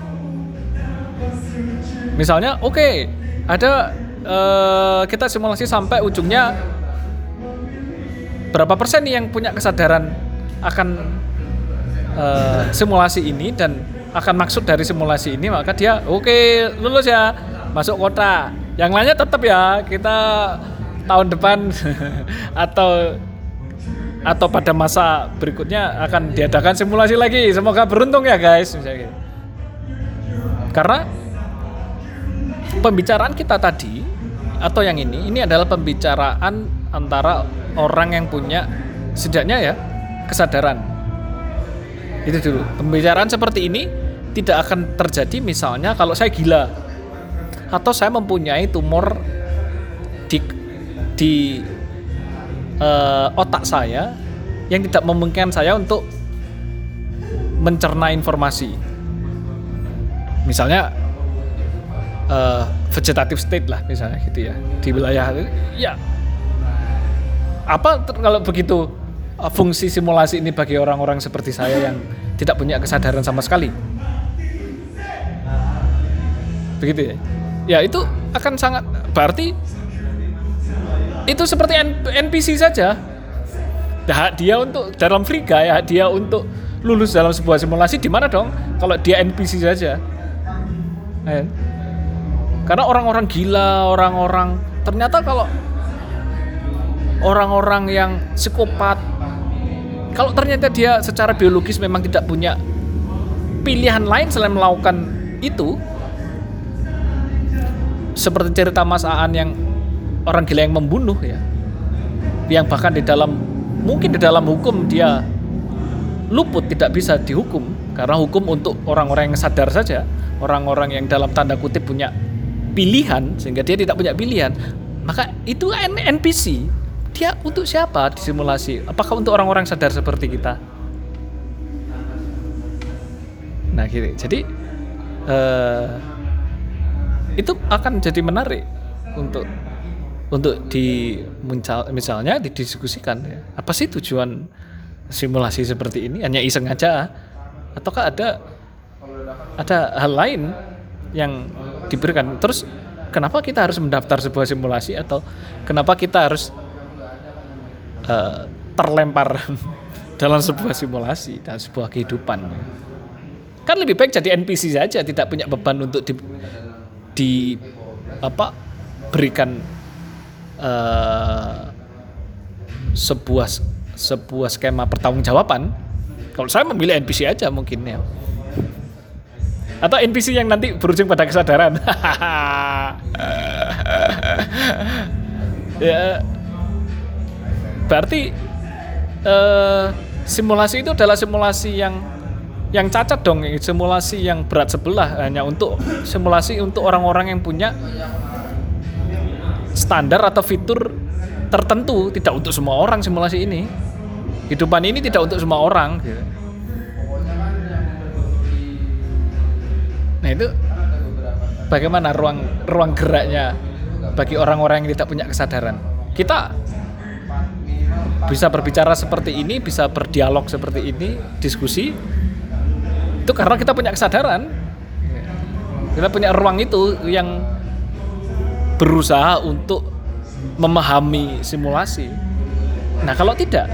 Misalnya, oke, okay, ada uh, kita simulasi sampai ujungnya berapa persen nih yang punya kesadaran akan uh, simulasi ini dan akan maksud dari simulasi ini, maka dia oke okay, lulus ya, masuk kota. Yang lainnya tetap ya kita tahun depan atau atau pada masa berikutnya akan diadakan simulasi lagi. Semoga beruntung ya guys, misalnya. Karena pembicaraan kita tadi atau yang ini ini adalah pembicaraan antara orang yang punya setidaknya ya kesadaran. Itu dulu. Pembicaraan seperti ini tidak akan terjadi misalnya kalau saya gila atau saya mempunyai tumor di di uh, otak saya yang tidak memungkinkan saya untuk mencerna informasi. Misalnya uh, vegetative state lah misalnya gitu ya di wilayah ya apa ter- kalau begitu uh, fungsi simulasi ini bagi orang-orang seperti saya yang tidak punya kesadaran sama sekali, begitu ya ya itu akan sangat berarti itu seperti N P C saja. Nah, dia untuk dalam free guy ya dia untuk lulus dalam sebuah simulasi di mana dong kalau dia N P C saja. Eh. Karena orang-orang gila, orang-orang ternyata kalau orang-orang yang psikopat, kalau ternyata dia secara biologis memang tidak punya pilihan lain selain melakukan itu, seperti cerita Mas Aan yang orang gila yang membunuh ya, yang bahkan di dalam mungkin di dalam hukum dia luput tidak bisa dihukum karena hukum untuk orang-orang yang sadar saja, orang-orang yang dalam tanda kutip punya pilihan sehingga dia tidak punya pilihan, maka itu N P C. Dia untuk siapa disimulasi? Apakah untuk orang-orang sadar seperti kita? Nah gitu. Jadi uh, itu akan jadi menarik untuk untuk di misalnya didiskusikan ya. Apa sih tujuan simulasi seperti ini? Hanya iseng aja ataukah ada ada hal lain yang diberikan? Terus kenapa kita harus mendaftar sebuah simulasi atau kenapa kita harus uh, terlempar dalam sebuah simulasi dalam sebuah kehidupan? Kan lebih baik jadi N P C saja, tidak punya beban untuk di, di apa berikan uh, sebuah sebuah skema pertanggungjawaban. Kalau saya memilih N P C aja mungkin ya. Atau N P C yang nanti berujung pada kesadaran. Ya, berarti uh, simulasi itu adalah simulasi yang yang cacat dong, simulasi yang berat sebelah, hanya untuk simulasi untuk orang-orang yang punya standar atau fitur tertentu, tidak untuk semua orang simulasi ini. Kehidupan ini tidak untuk semua orang. Nah itu bagaimana ruang ruang geraknya bagi orang-orang yang tidak punya kesadaran? Kita bisa berbicara seperti ini, bisa berdialog seperti ini, diskusi. Itu karena kita punya kesadaran. Kita punya ruang itu yang berusaha untuk memahami simulasi. Nah kalau tidak,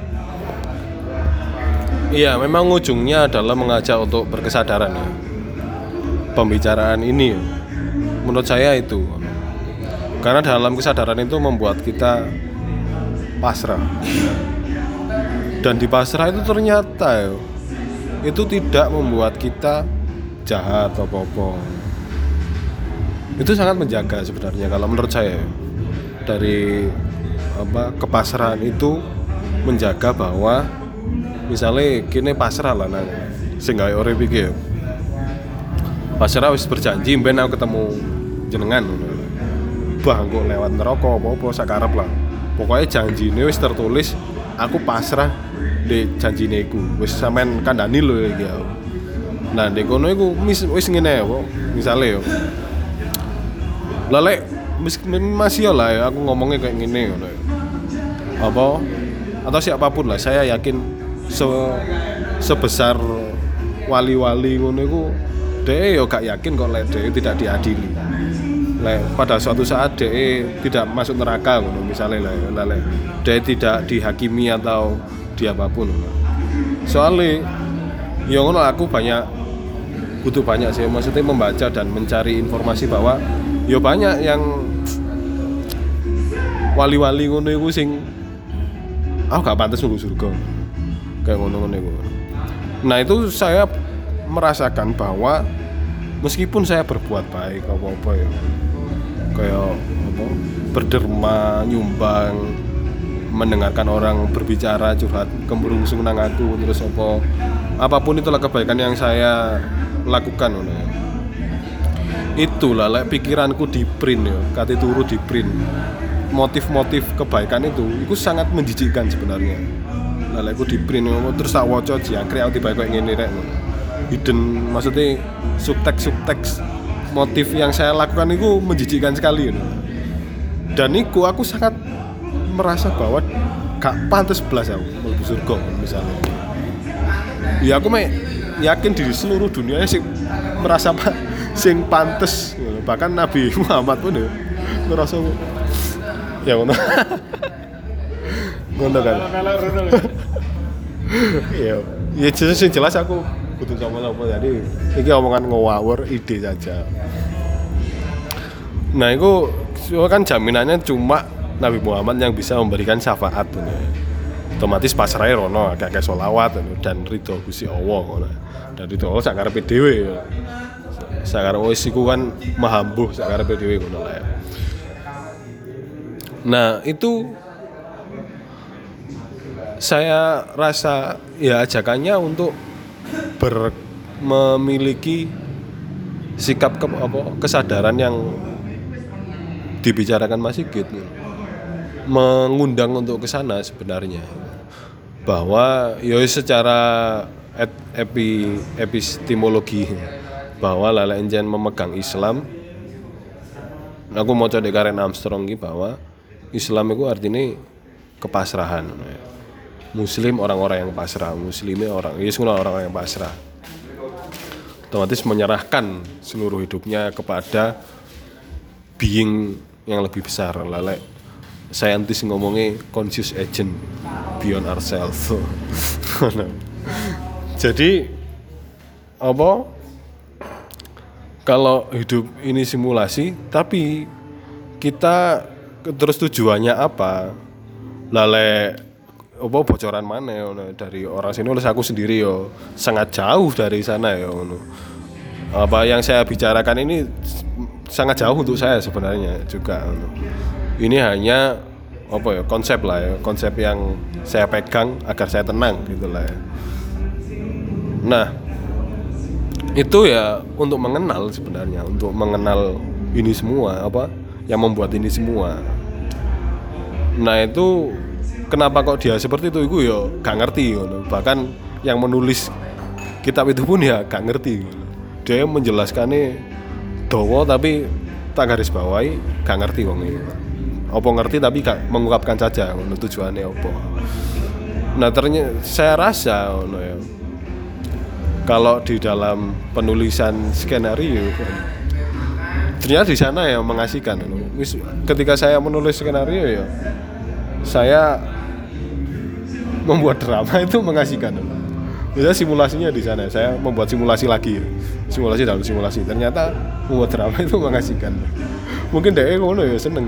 iya memang ujungnya adalah mengajak untuk berkesadaran ya. Pembicaraan ini menurut saya itu karena dalam kesadaran itu membuat kita pasrah, dan di pasrah itu ternyata ya, itu tidak membuat kita jahat atau apa-apa. Itu sangat menjaga sebenarnya kalau menurut saya. Dari apa kepasrahan itu menjaga bahwa misalnya kini pasrah lah nang sing gawe urip iki ya. Pasrah wis berjanji ben aku ketemu jenengan ngono. Bah kok lewat neraka apa-apa sakarep lah. Pokoknya janjine wis tertulis, aku pasrah ndek janjine iku. Wis sampean kandhani lho iki. Nah, ndek kono iku mis, wis ngene kok. Misale yo. Lah lek masih lah ya aku ngomongnya kayak gini ngono. Apa atau siapapun lah, saya yakin se, sebesar wali-wali ngono iku dhek yo gak yakin kok lek dhek tidak diadili. Lek pada suatu saat dhek tidak masuk neraka ngono misalnya lah, lek dhek tidak dihakimi atau di apapun. Soalnya yo ngono aku banyak butuh banyak sih maksudnya membaca dan mencari informasi bahwa yo banyak yang wali-wali ngono iku sing aku gak pantes mlebu surga. Kayak ngono-ngono iku. Nah, itu saya merasakan bahwa meskipun saya berbuat baik apa-apa ya kayak apa berderma, nyumbang, mendengarkan orang berbicara curhat kemurungsung nang aku terus apa apapun itulah kebaikan yang saya lakukan ngono ya. Itulah lek pikiranku di print ya, kate turu di print. Motif-motif kebaikan itu itu sangat menjijikkan sebenarnya. Lah lek aku di print terus tak waca jangkrik aku tiba koyo ngene rek. Hidden maksudnya subteks-subteks motif yang saya lakukan itu menjijikkan sekali. Dan itu aku sangat merasa bahwa gak pantas belas aku mlebu surga misalnya. Ya aku mah yakin di seluruh dunia sing merasa pak sing pantes, bahkan Nabi Muhammad pun ya ngerasa ya ngono. Ngono kan. Ya, ya jelas jelas aku butuh sama-sama jadi iki omongan ngawur ide saja. Nah, itu kan jaminannya cuma Nabi Muhammad yang bisa memberikan syafaat tuh. Otomatis pasrahe rono akeh selawat dan ridho Gusti Allah ngono. Dan ridho Allah sak karepe dhewe. Sakare wis iku kan mahambuh sak karepe dhewe ngono lah ya. Nah, itu saya rasa ya ajakannya untuk ber memiliki sikap ke, apa kesadaran yang dibicarakan Mas Sigit, mengundang untuk ke sana sebenarnya bahwa ya secara et, epi, epistemologi bahwa lala enjen memegang Islam. Aku mau coba Karen Armstrong gitu bahwa Islam itu artinya kepasrahan. Muslim orang-orang yang pasrah, muslimnya orang, ya semua orang-orang yang pasrah. Otomatis menyerahkan seluruh hidupnya kepada being yang lebih besar. Lalek saintis ngomongnya conscious agent beyond ourselves. Jadi apa? Kalau hidup ini simulasi, tapi kita terus tujuannya apa? Lalek apa bocoran mana dari orang sini oleh aku sendiri yo sangat jauh dari sana yo. Apa yang saya bicarakan ini sangat jauh untuk saya sebenarnya juga. Ini hanya apa ya konsep lah ya, konsep yang saya pegang agar saya tenang gitu lah ya. Nah, itu ya untuk mengenal sebenarnya, untuk mengenal ini semua apa yang membuat ini semua. Nah, itu kenapa kok dia seperti itu, itu ya gak ngerti gitu. Bahkan yang menulis kitab itu pun ya gak ngerti gitu. Dia menjelaskannya dawa tapi tak garis bawahi gak ngerti wong iki. Apa ngerti tapi gak mengungkapkan saja ngono tujuannya apa. Nah, ternyata saya rasa ngono ya. Kalau di dalam penulisan skenario ternyata di sana ya mengasihkan. Ketika saya menulis skenario ya saya membuat drama itu mengasihkan. Biasanya simulasinya di sana, saya membuat simulasi lagi, simulasi dalam simulasi. Ternyata membuat drama itu mengasihkan. Mungkin deh ngono ya seneng.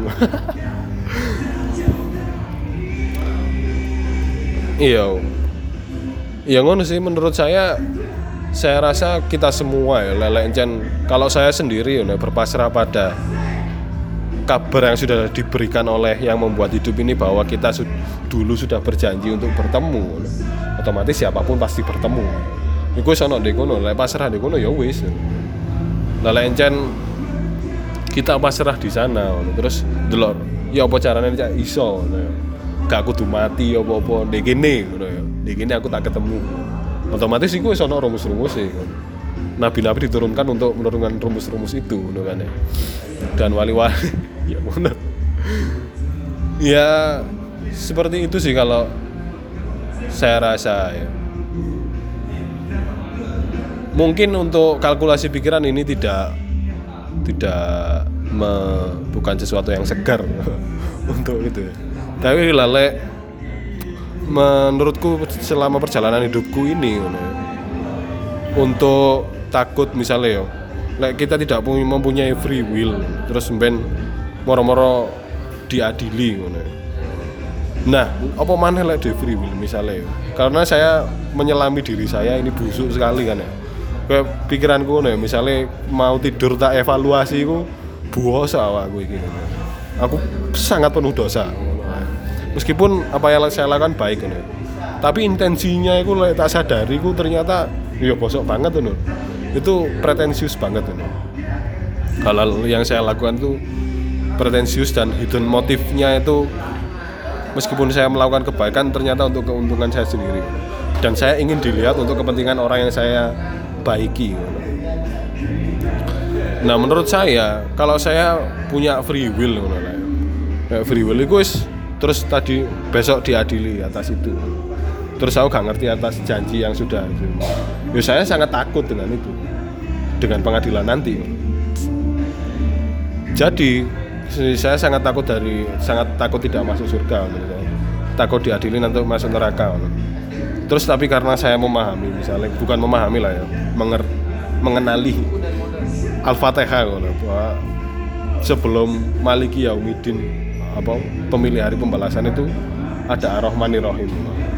Iya, iya ngono sih menurut saya. Saya rasa kita semua ya lelek encen. Kalau saya sendiri ya berpasrah pada kabar yang sudah diberikan oleh yang membuat hidup ini bahwa kita su- dulu sudah berjanji untuk bertemu. Otomatis siapapun pasti bertemu. Iku sono ndek kono, lek pasrah ndek kono ya wis. Lelek encen kita pasrah di sana. Terus delok ya apa carane cak iso ngono ya. gak kudu mati apa-apa ndek kene ngono ya. Ndek kene aku tak ketemu. Otomatis iku wis ana rumus-rumus e. Nabi-nabi diturunkan untuk menurunkan rumus-rumus itu ngono kan ya. Dan wali-wali ya ngono. Ya seperti itu sih kalau saya rasa ya. Mungkin untuk kalkulasi pikiran ini tidak tidak me, bukan sesuatu yang segar untuk itu ya. Tapi lale menurutku selama perjalanan hidupku ini ya, untuk takut misalnya ya, like kita tidak mempunyai free will terus ben moro-moro diadili ngono. Nah, apa maneh lek like free will misalnya ya. Karena saya menyelami diri saya ini busuk sekali kan ya. Kayak pikiranku ngono ya, misalnya mau tidur tak evaluasi ku dosa awakku iki. Aku sangat penuh dosa. Meskipun apa yang saya lakukan baik ngono. Tapi intensinya itu lek tak sadari ku ternyata ya bosok banget ngono. Itu pretensius banget ngono. Hal yang saya lakukan tuh pretensius dan hidden motifnya itu meskipun saya melakukan kebaikan ternyata untuk keuntungan saya sendiri. Dan saya ingin dilihat untuk kepentingan orang yang saya baiki. Nah, menurut saya kalau saya punya free will ngono lah. Free will itu terus tadi besok diadili atas itu. Terus aku gak ngerti atas janji yang sudah itu. Ya saya sangat takut dengan itu. Dengan pengadilan nanti. Jadi saya sangat takut dari sangat takut tidak masuk surga menurut saya. Takut diadili nanti masuk neraka. Terus tapi karena saya memahami misalnya bukan memahami lah ya, menger, mengenali Al-Fatihah bahwa sebelum Maliki Yaumiddin apa pemilih hari pembalasan itu ada Ar-Rahmanir Rahim.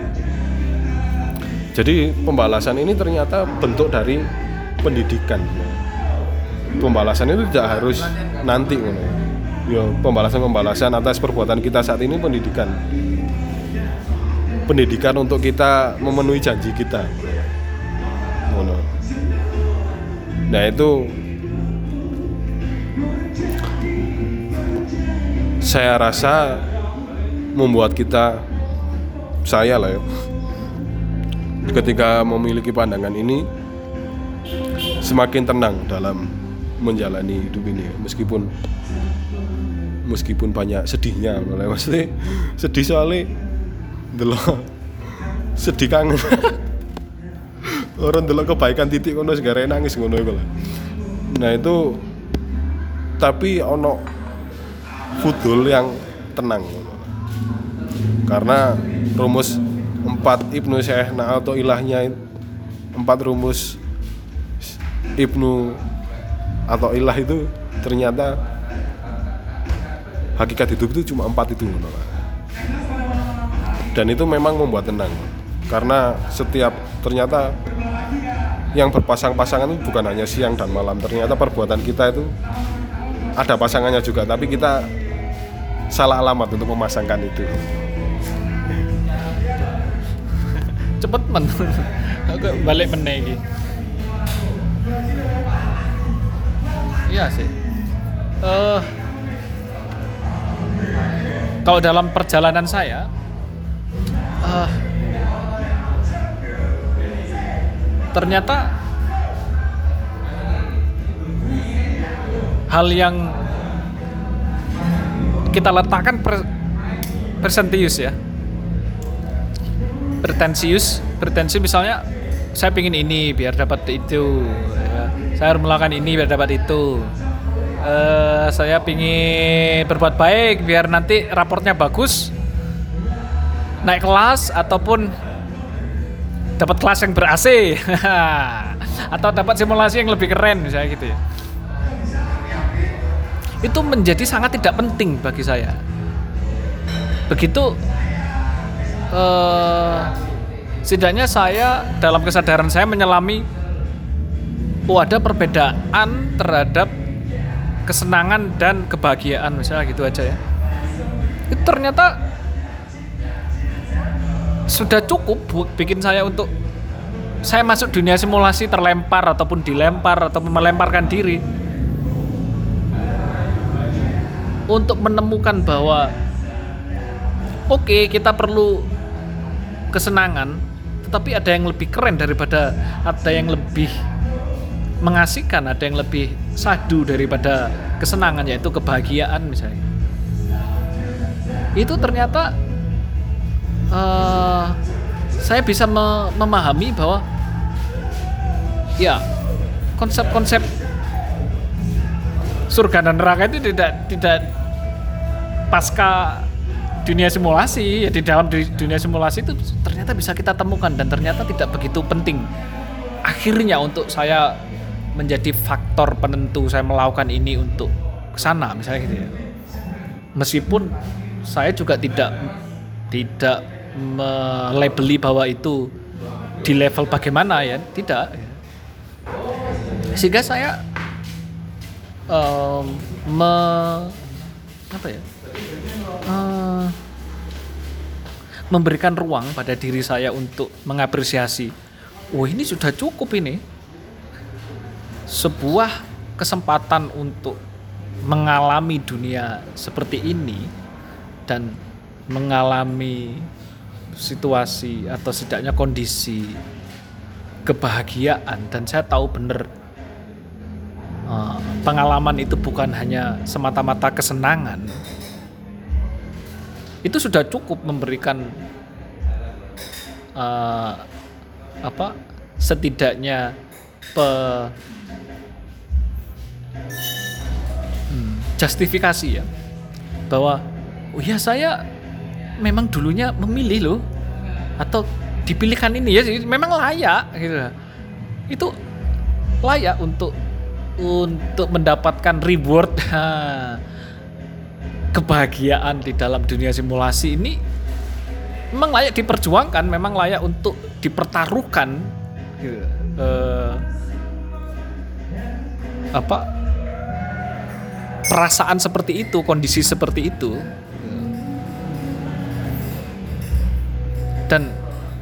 Jadi pembalasan ini ternyata bentuk dari pendidikan. Pembalasan itu tidak harus nanti ngono. Ya, pembalasan-pembalasan atas perbuatan kita saat ini pendidikan. Pendidikan untuk kita memenuhi janji kita. Ngono. Nah, itu saya rasa membuat kita saya lah ya ketika memiliki pandangan ini semakin tenang dalam menjalani hidup ini meskipun meskipun banyak sedihnya maksudnya sedih soalnya delok sedih kangen orang delok kebaikan titik ngono segara nangis ngono iku lah. Nah itu tapi ono fudul yang tenang ngono. Karena rumus empat Ibnu Syekh atau ilahnya empat rumus Ibnu atau ilah itu ternyata hakikat hidup itu cuma empat itu. Dan itu memang membuat tenang karena setiap ternyata yang berpasang-pasangan itu bukan hanya siang dan malam, ternyata perbuatan kita itu ada pasangannya juga, tapi kita salah alamat untuk memasangkan itu. Cepet men aku balik meneh iki. Iya sih uh, kalau dalam perjalanan saya uh, ternyata hal yang kita letakkan per, presentius ya pretensius, pretensi misalnya saya pingin ini biar dapat itu, ya. Saya harus melakukan ini biar dapat itu. Uh, saya pingin berbuat baik biar nanti raportnya bagus, naik kelas ataupun dapat kelas yang ber-A C atau dapat simulasi yang lebih keren misalnya gitu ya. Itu menjadi sangat tidak penting bagi saya. Begitu Uh, setidaknya saya dalam kesadaran saya menyelami oh ada perbedaan terhadap kesenangan dan kebahagiaan misalnya gitu aja ya. Itu ternyata sudah cukup buat bikin saya untuk saya masuk dunia simulasi terlempar ataupun dilempar ataupun melemparkan diri untuk menemukan bahwa Oke, kita perlu kesenangan, tetapi ada yang lebih keren daripada, ada yang lebih mengasihkan, ada yang lebih sadu daripada kesenangan, yaitu kebahagiaan misalnya. Itu ternyata uh, saya bisa me- memahami bahwa ya konsep-konsep surga dan neraka itu tidak tidak pasca dunia simulasi. Ya, di dalam dunia simulasi itu ternyata bisa kita temukan dan ternyata tidak begitu penting akhirnya untuk saya menjadi faktor penentu saya melakukan ini untuk kesana misalnya gitu ya. Meskipun saya juga tidak tidak melabeli bahwa itu di level bagaimana ya, tidak. Sehingga saya um, me, apa ya? Uh, memberikan ruang pada diri saya untuk mengapresiasi, oh ini sudah cukup ini, sebuah kesempatan untuk mengalami dunia seperti ini dan mengalami situasi atau setidaknya kondisi kebahagiaan, dan saya tahu benar uh, pengalaman itu bukan hanya semata-mata kesenangan. Itu sudah cukup memberikan uh, apa setidaknya pe, hmm, justifikasi ya, bahwa oh ya saya memang dulunya memilih loh, atau dipilihkan ini ya, memang layak gitu. Itu layak untuk untuk mendapatkan reward kebahagiaan di dalam dunia simulasi ini. Memang layak diperjuangkan, memang layak untuk dipertaruhkan gitu. Eh, apa perasaan seperti itu, kondisi seperti itu. Dan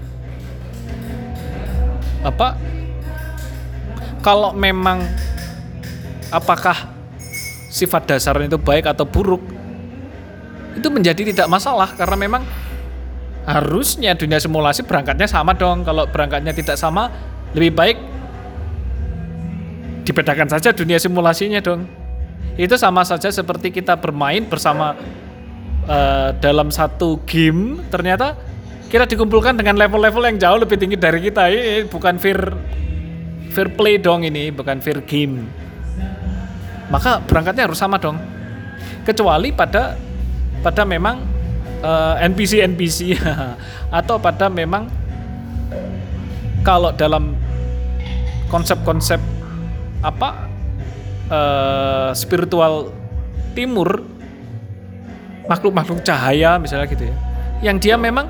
apa kalau memang apakah sifat dasarnya itu baik atau buruk, itu menjadi tidak masalah, karena memang harusnya dunia simulasi berangkatnya sama dong. Kalau berangkatnya tidak sama, lebih baik dibedakan saja dunia simulasinya dong. Itu sama saja seperti kita bermain bersama uh, dalam satu game, ternyata kita dikumpulkan dengan level-level yang jauh lebih tinggi dari kita. Ini bukan fair fair play dong, ini bukan fair game. Maka berangkatnya harus sama dong. Kecuali pada pada memang uh, N P C N P C atau pada memang kalau dalam konsep-konsep apa uh, spiritual timur, makhluk-makhluk cahaya misalnya gitu ya, yang dia memang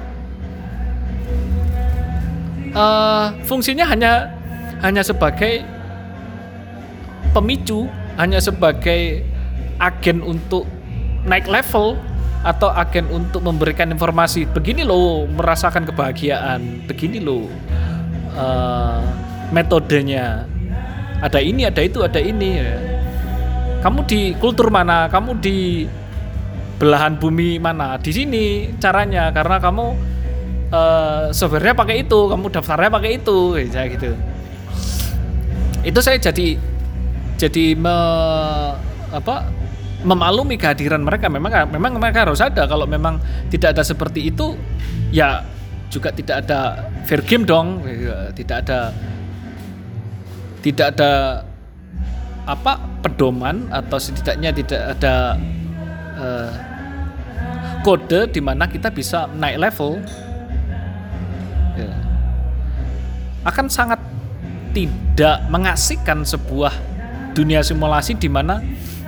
Uh, fungsinya hanya hanya sebagai pemicu, hanya sebagai agen untuk naik level atau agen untuk memberikan informasi. Begini loh merasakan kebahagiaan, begini loh uh, metodenya. Ada ini, ada itu, ada ini. Kamu di kultur mana? Kamu di belahan bumi mana? Di sini caranya, karena kamu Uh, softwarenya pakai itu, kamu daftarnya pakai itu, kayak gitu. Itu saya jadi jadi me, apa memaklumi kehadiran mereka. Memang memang mereka harus ada. Kalau memang tidak ada seperti itu, ya juga tidak ada fair game dong. Tidak ada tidak ada apa pedoman, atau setidaknya tidak ada uh, kode di mana kita bisa naik level. Ya. Akan sangat tidak mengasihkan sebuah dunia simulasi di mana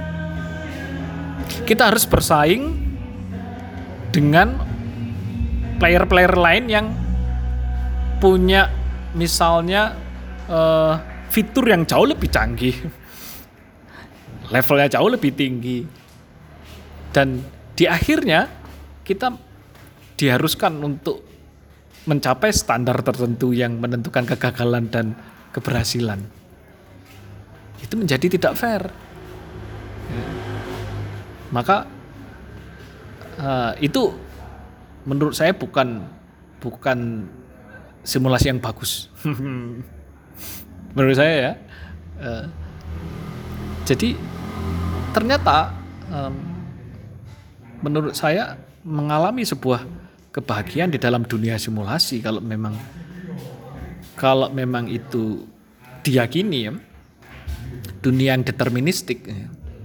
kita harus bersaing dengan player-player lain yang punya misalnya uh, fitur yang jauh lebih canggih, levelnya jauh lebih tinggi, dan di akhirnya kita diharuskan untuk mencapai standar tertentu yang menentukan kegagalan dan keberhasilan. Itu menjadi tidak fair. Ya. Maka uh, itu menurut saya bukan bukan simulasi yang bagus. Menurut saya ya. Uh, jadi ternyata um, menurut saya mengalami sebuah kebahagiaan di dalam dunia simulasi kalau memang kalau memang itu diyakini ya, dunia yang deterministik ya.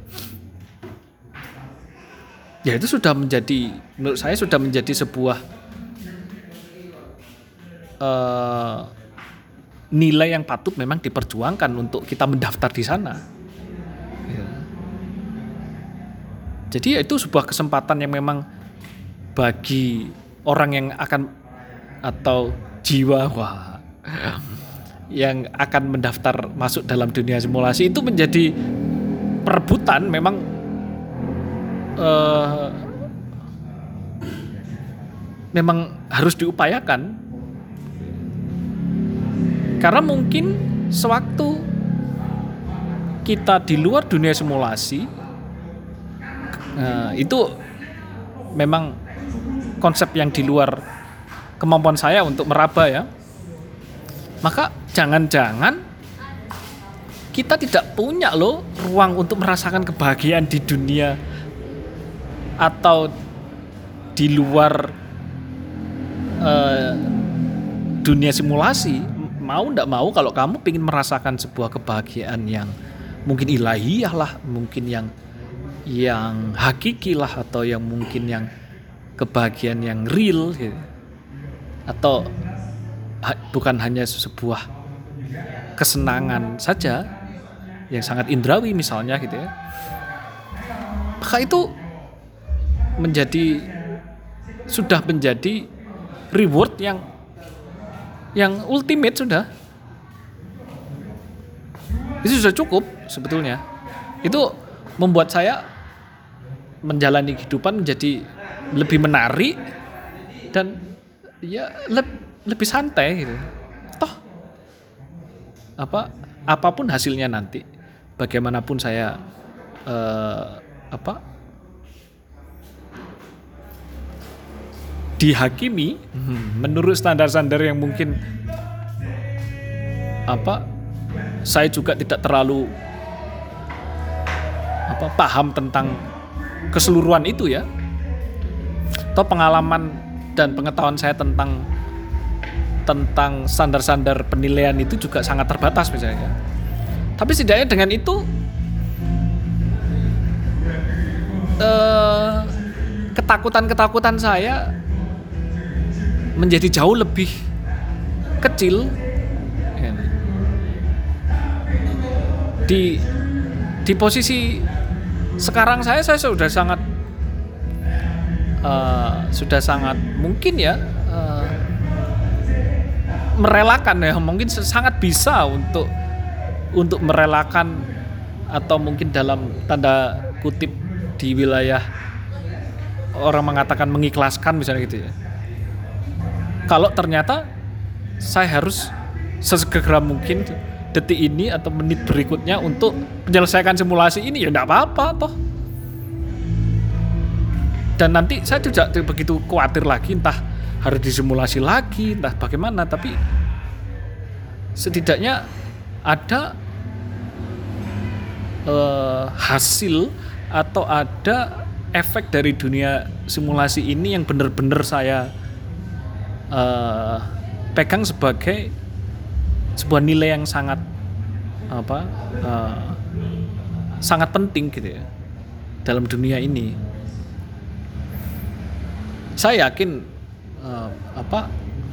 Ya itu sudah menjadi, menurut saya sudah menjadi sebuah uh, nilai yang patut memang diperjuangkan untuk kita mendaftar di sana. Ya. Jadi ya itu sebuah kesempatan yang memang bagi orang yang akan atau jiwa wah, yang akan mendaftar masuk dalam dunia simulasi itu menjadi perebutan memang. Uh, memang harus diupayakan karena mungkin sewaktu kita di luar dunia simulasi uh, itu memang konsep yang di luar kemampuan saya untuk meraba ya, maka jangan-jangan kita tidak punya loh ruang untuk merasakan kebahagiaan di dunia atau di luar uh, dunia simulasi. Mau ndak mau kalau kamu ingin merasakan sebuah kebahagiaan yang mungkin ilahiyah lah, mungkin yang yang hakiki lah, atau yang mungkin yang kebahagiaan yang real gitu. Atau ha, bukan hanya sebuah kesenangan saja yang sangat indrawi misalnya gitu ya, maka itu menjadi sudah menjadi reward yang yang ultimate sudah. Itu sudah cukup sebetulnya. Itu membuat saya menjalani kehidupan menjadi lebih menarik dan ya le- lebih santai gitu. Toh apa apapun hasilnya nanti, bagaimanapun saya uh, apa dihakimi menurut standar-standar yang mungkin apa saya juga tidak terlalu apa paham tentang keseluruhan itu ya. Atau pengalaman dan pengetahuan saya tentang tentang standar-standar penilaian itu juga sangat terbatas misalnya. Tapi setidaknya dengan itu eh, ketakutan-ketakutan saya menjadi jauh lebih kecil. Di di posisi sekarang saya saya sudah sangat uh, sudah sangat mungkin ya uh, merelakan ya, mungkin sangat bisa untuk untuk merelakan atau mungkin dalam tanda kutip di wilayah orang mengatakan mengikhlaskan misalnya gitu ya. Kalau ternyata saya harus sesegera mungkin detik ini atau menit berikutnya untuk menyelesaikan simulasi ini, ya enggak apa-apa toh. Dan nanti saya tidak begitu khawatir lagi entah harus disimulasi lagi, entah bagaimana, tapi setidaknya ada uh, hasil atau ada efek dari dunia simulasi ini yang benar-benar saya uh, pegang sebagai sebuah nilai yang sangat apa uh, sangat penting gitu ya dalam dunia ini. Saya yakin uh, apa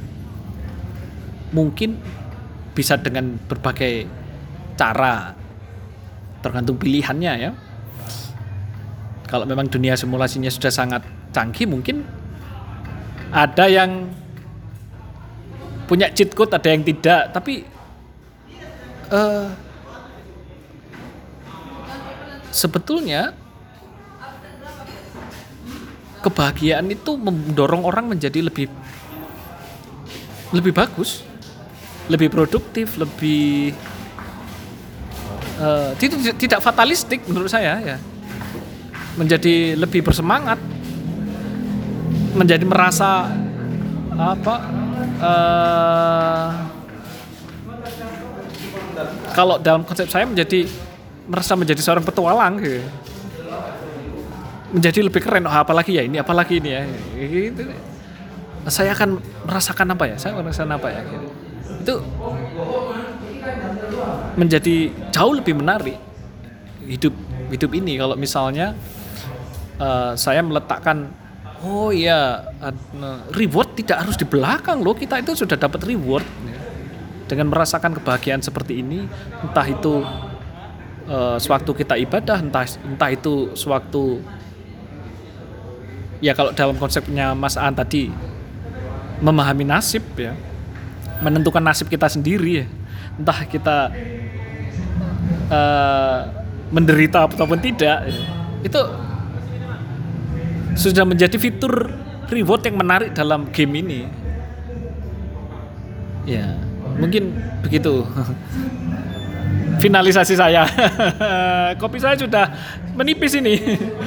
mungkin bisa dengan berbagai cara, tergantung pilihannya ya. Kalau memang dunia simulasinya sudah sangat canggih, mungkin ada yang punya cheat code, ada yang tidak. Tapi uh, sebetulnya kebahagiaan itu mendorong orang menjadi lebih lebih bagus, lebih produktif, lebih uh, tidak, tidak fatalistik menurut saya ya, menjadi lebih bersemangat. menjadi merasa apa uh, kalau dalam konsep saya menjadi merasa menjadi seorang petualang gitu. Menjadi lebih keren. Oh, apalagi ya ini, apalagi ini ya. Gitu. Saya akan merasakan apa ya? Saya merasakan apa ya? Gitu. Itu menjadi jauh lebih menarik hidup hidup ini kalau misalnya uh, saya meletakkan oh ya uh, reward tidak harus di belakang loh, kita itu sudah dapat reward dengan merasakan kebahagiaan seperti ini, entah itu uh, sewaktu kita ibadah, entah entah itu sewaktu ya kalau dalam konsepnya Mas Aan tadi memahami nasib ya, menentukan nasib kita sendiri ya. Entah kita uh, menderita ataupun tidak, itu sudah menjadi fitur reward yang menarik dalam game ini. Ya, mungkin begitu. Finalisasi saya. Kopi saya sudah menipis ini.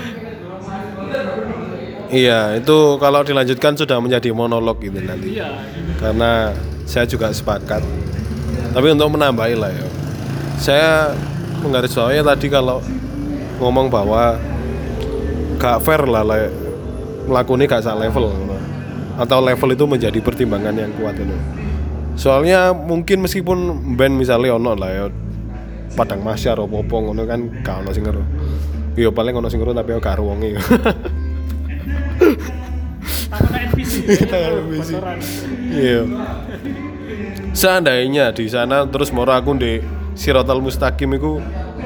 Iya, itu kalau dilanjutkan sudah menjadi monolog gitu nanti. Iya. Karena saya juga sepakat. Tapi untuk menambahi lah ya, saya menggarisbawahi tadi kalau ngomong bahwa gak fair lah, lah melakukan gak sak level, atau level itu menjadi pertimbangan yang kuat itu. Soalnya mungkin meskipun band misalnya ono lah ya padang masyar opo-opo ngono kan gak ono sing ngero. Yo paling ono sing ngero tapi yo gak ruwonge. Tangan N P C. Tangan N P C. Iya. Seandainya di sana terus moro aku di Siratal Mustaqim iku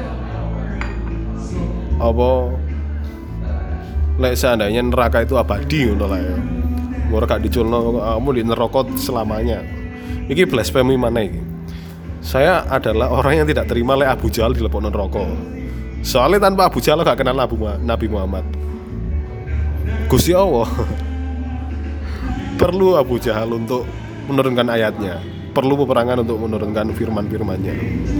apa lek seandainya neraka itu abadi ngono lah ya. Moro gak diculno kamu di neraka selamanya. Iki blasphemy mana iki? Saya adalah orang yang tidak terima lek Abu Jahal dilepokno neraka. Soalnya tanpa Abu Jahal gak kenal Nabi Muhammad. Gusti Allah perlu Abu Jahal untuk menurunkan ayatnya, perlu peperangan untuk menurunkan firman-firmannya.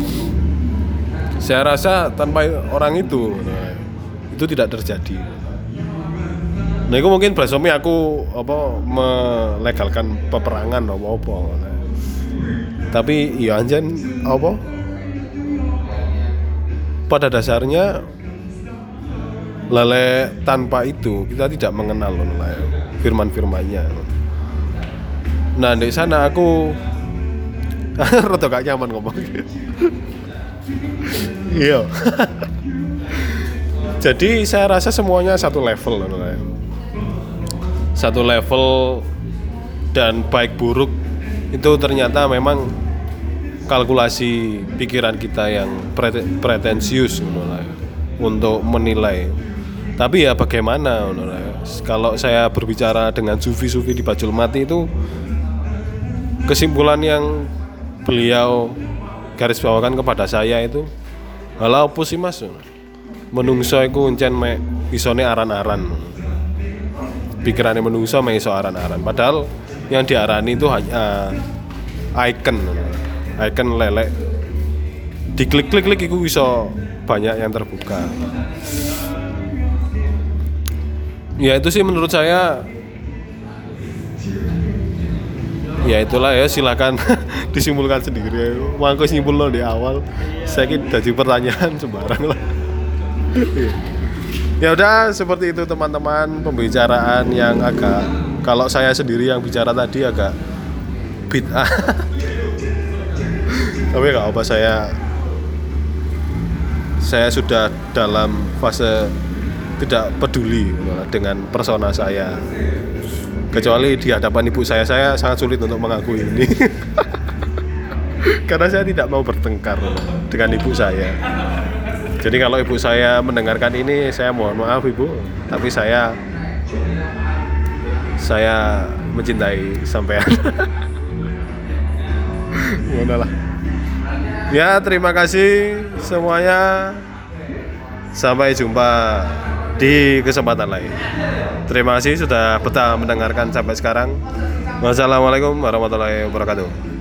Saya rasa tanpa orang itu, nah, itu tidak terjadi. Nah itu mungkin blasphemy aku apa melegalkan peperangan apa-apa. Nah. Tapi ya anjen apa? Pada dasarnya lele tanpa itu kita tidak mengenal lah firman-firmannya. Nah di sana aku rada gak nyaman ngomong. Iya. Jadi saya rasa semuanya satu level lah. Satu level dan baik buruk itu ternyata memang kalkulasi pikiran kita yang pretensius lah untuk menilai. Tapi ya bagaimana kalau saya berbicara dengan sufi-sufi di Bajul Mati itu, kesimpulan yang beliau garis bawakan kepada saya itu halah opo sih mas, menungso iku encen mek isone aran-aran, pikirane menungso mek iso aran-aran, padahal yang diarani itu hanya uh, icon icon lelek diklik-klik-klik iku iso banyak yang terbuka. Ya itu sih menurut saya. Ya itulah ya, silakan disimpulkan sendiri. Mangko simpulno di awal. Saya kira jadi pertanyaan sembarang lah. Ya udah seperti itu teman-teman, pembicaraan yang agak, kalau saya sendiri yang bicara tadi agak bid'ah. Tapi enggak apa, saya saya sudah dalam fase tidak peduli dengan persona saya. Kecuali di hadapan ibu saya, saya sangat sulit untuk mengakui ini. Karena saya tidak mau bertengkar dengan ibu saya. Jadi kalau ibu saya mendengarkan ini, saya mohon maaf ibu, tapi saya saya mencintai sampean. Udahlah. Ya, terima kasih semuanya. Sampai jumpa di kesempatan lain. Terima kasih sudah betah mendengarkan sampai sekarang. Wassalamualaikum warahmatullahi wabarakatuh.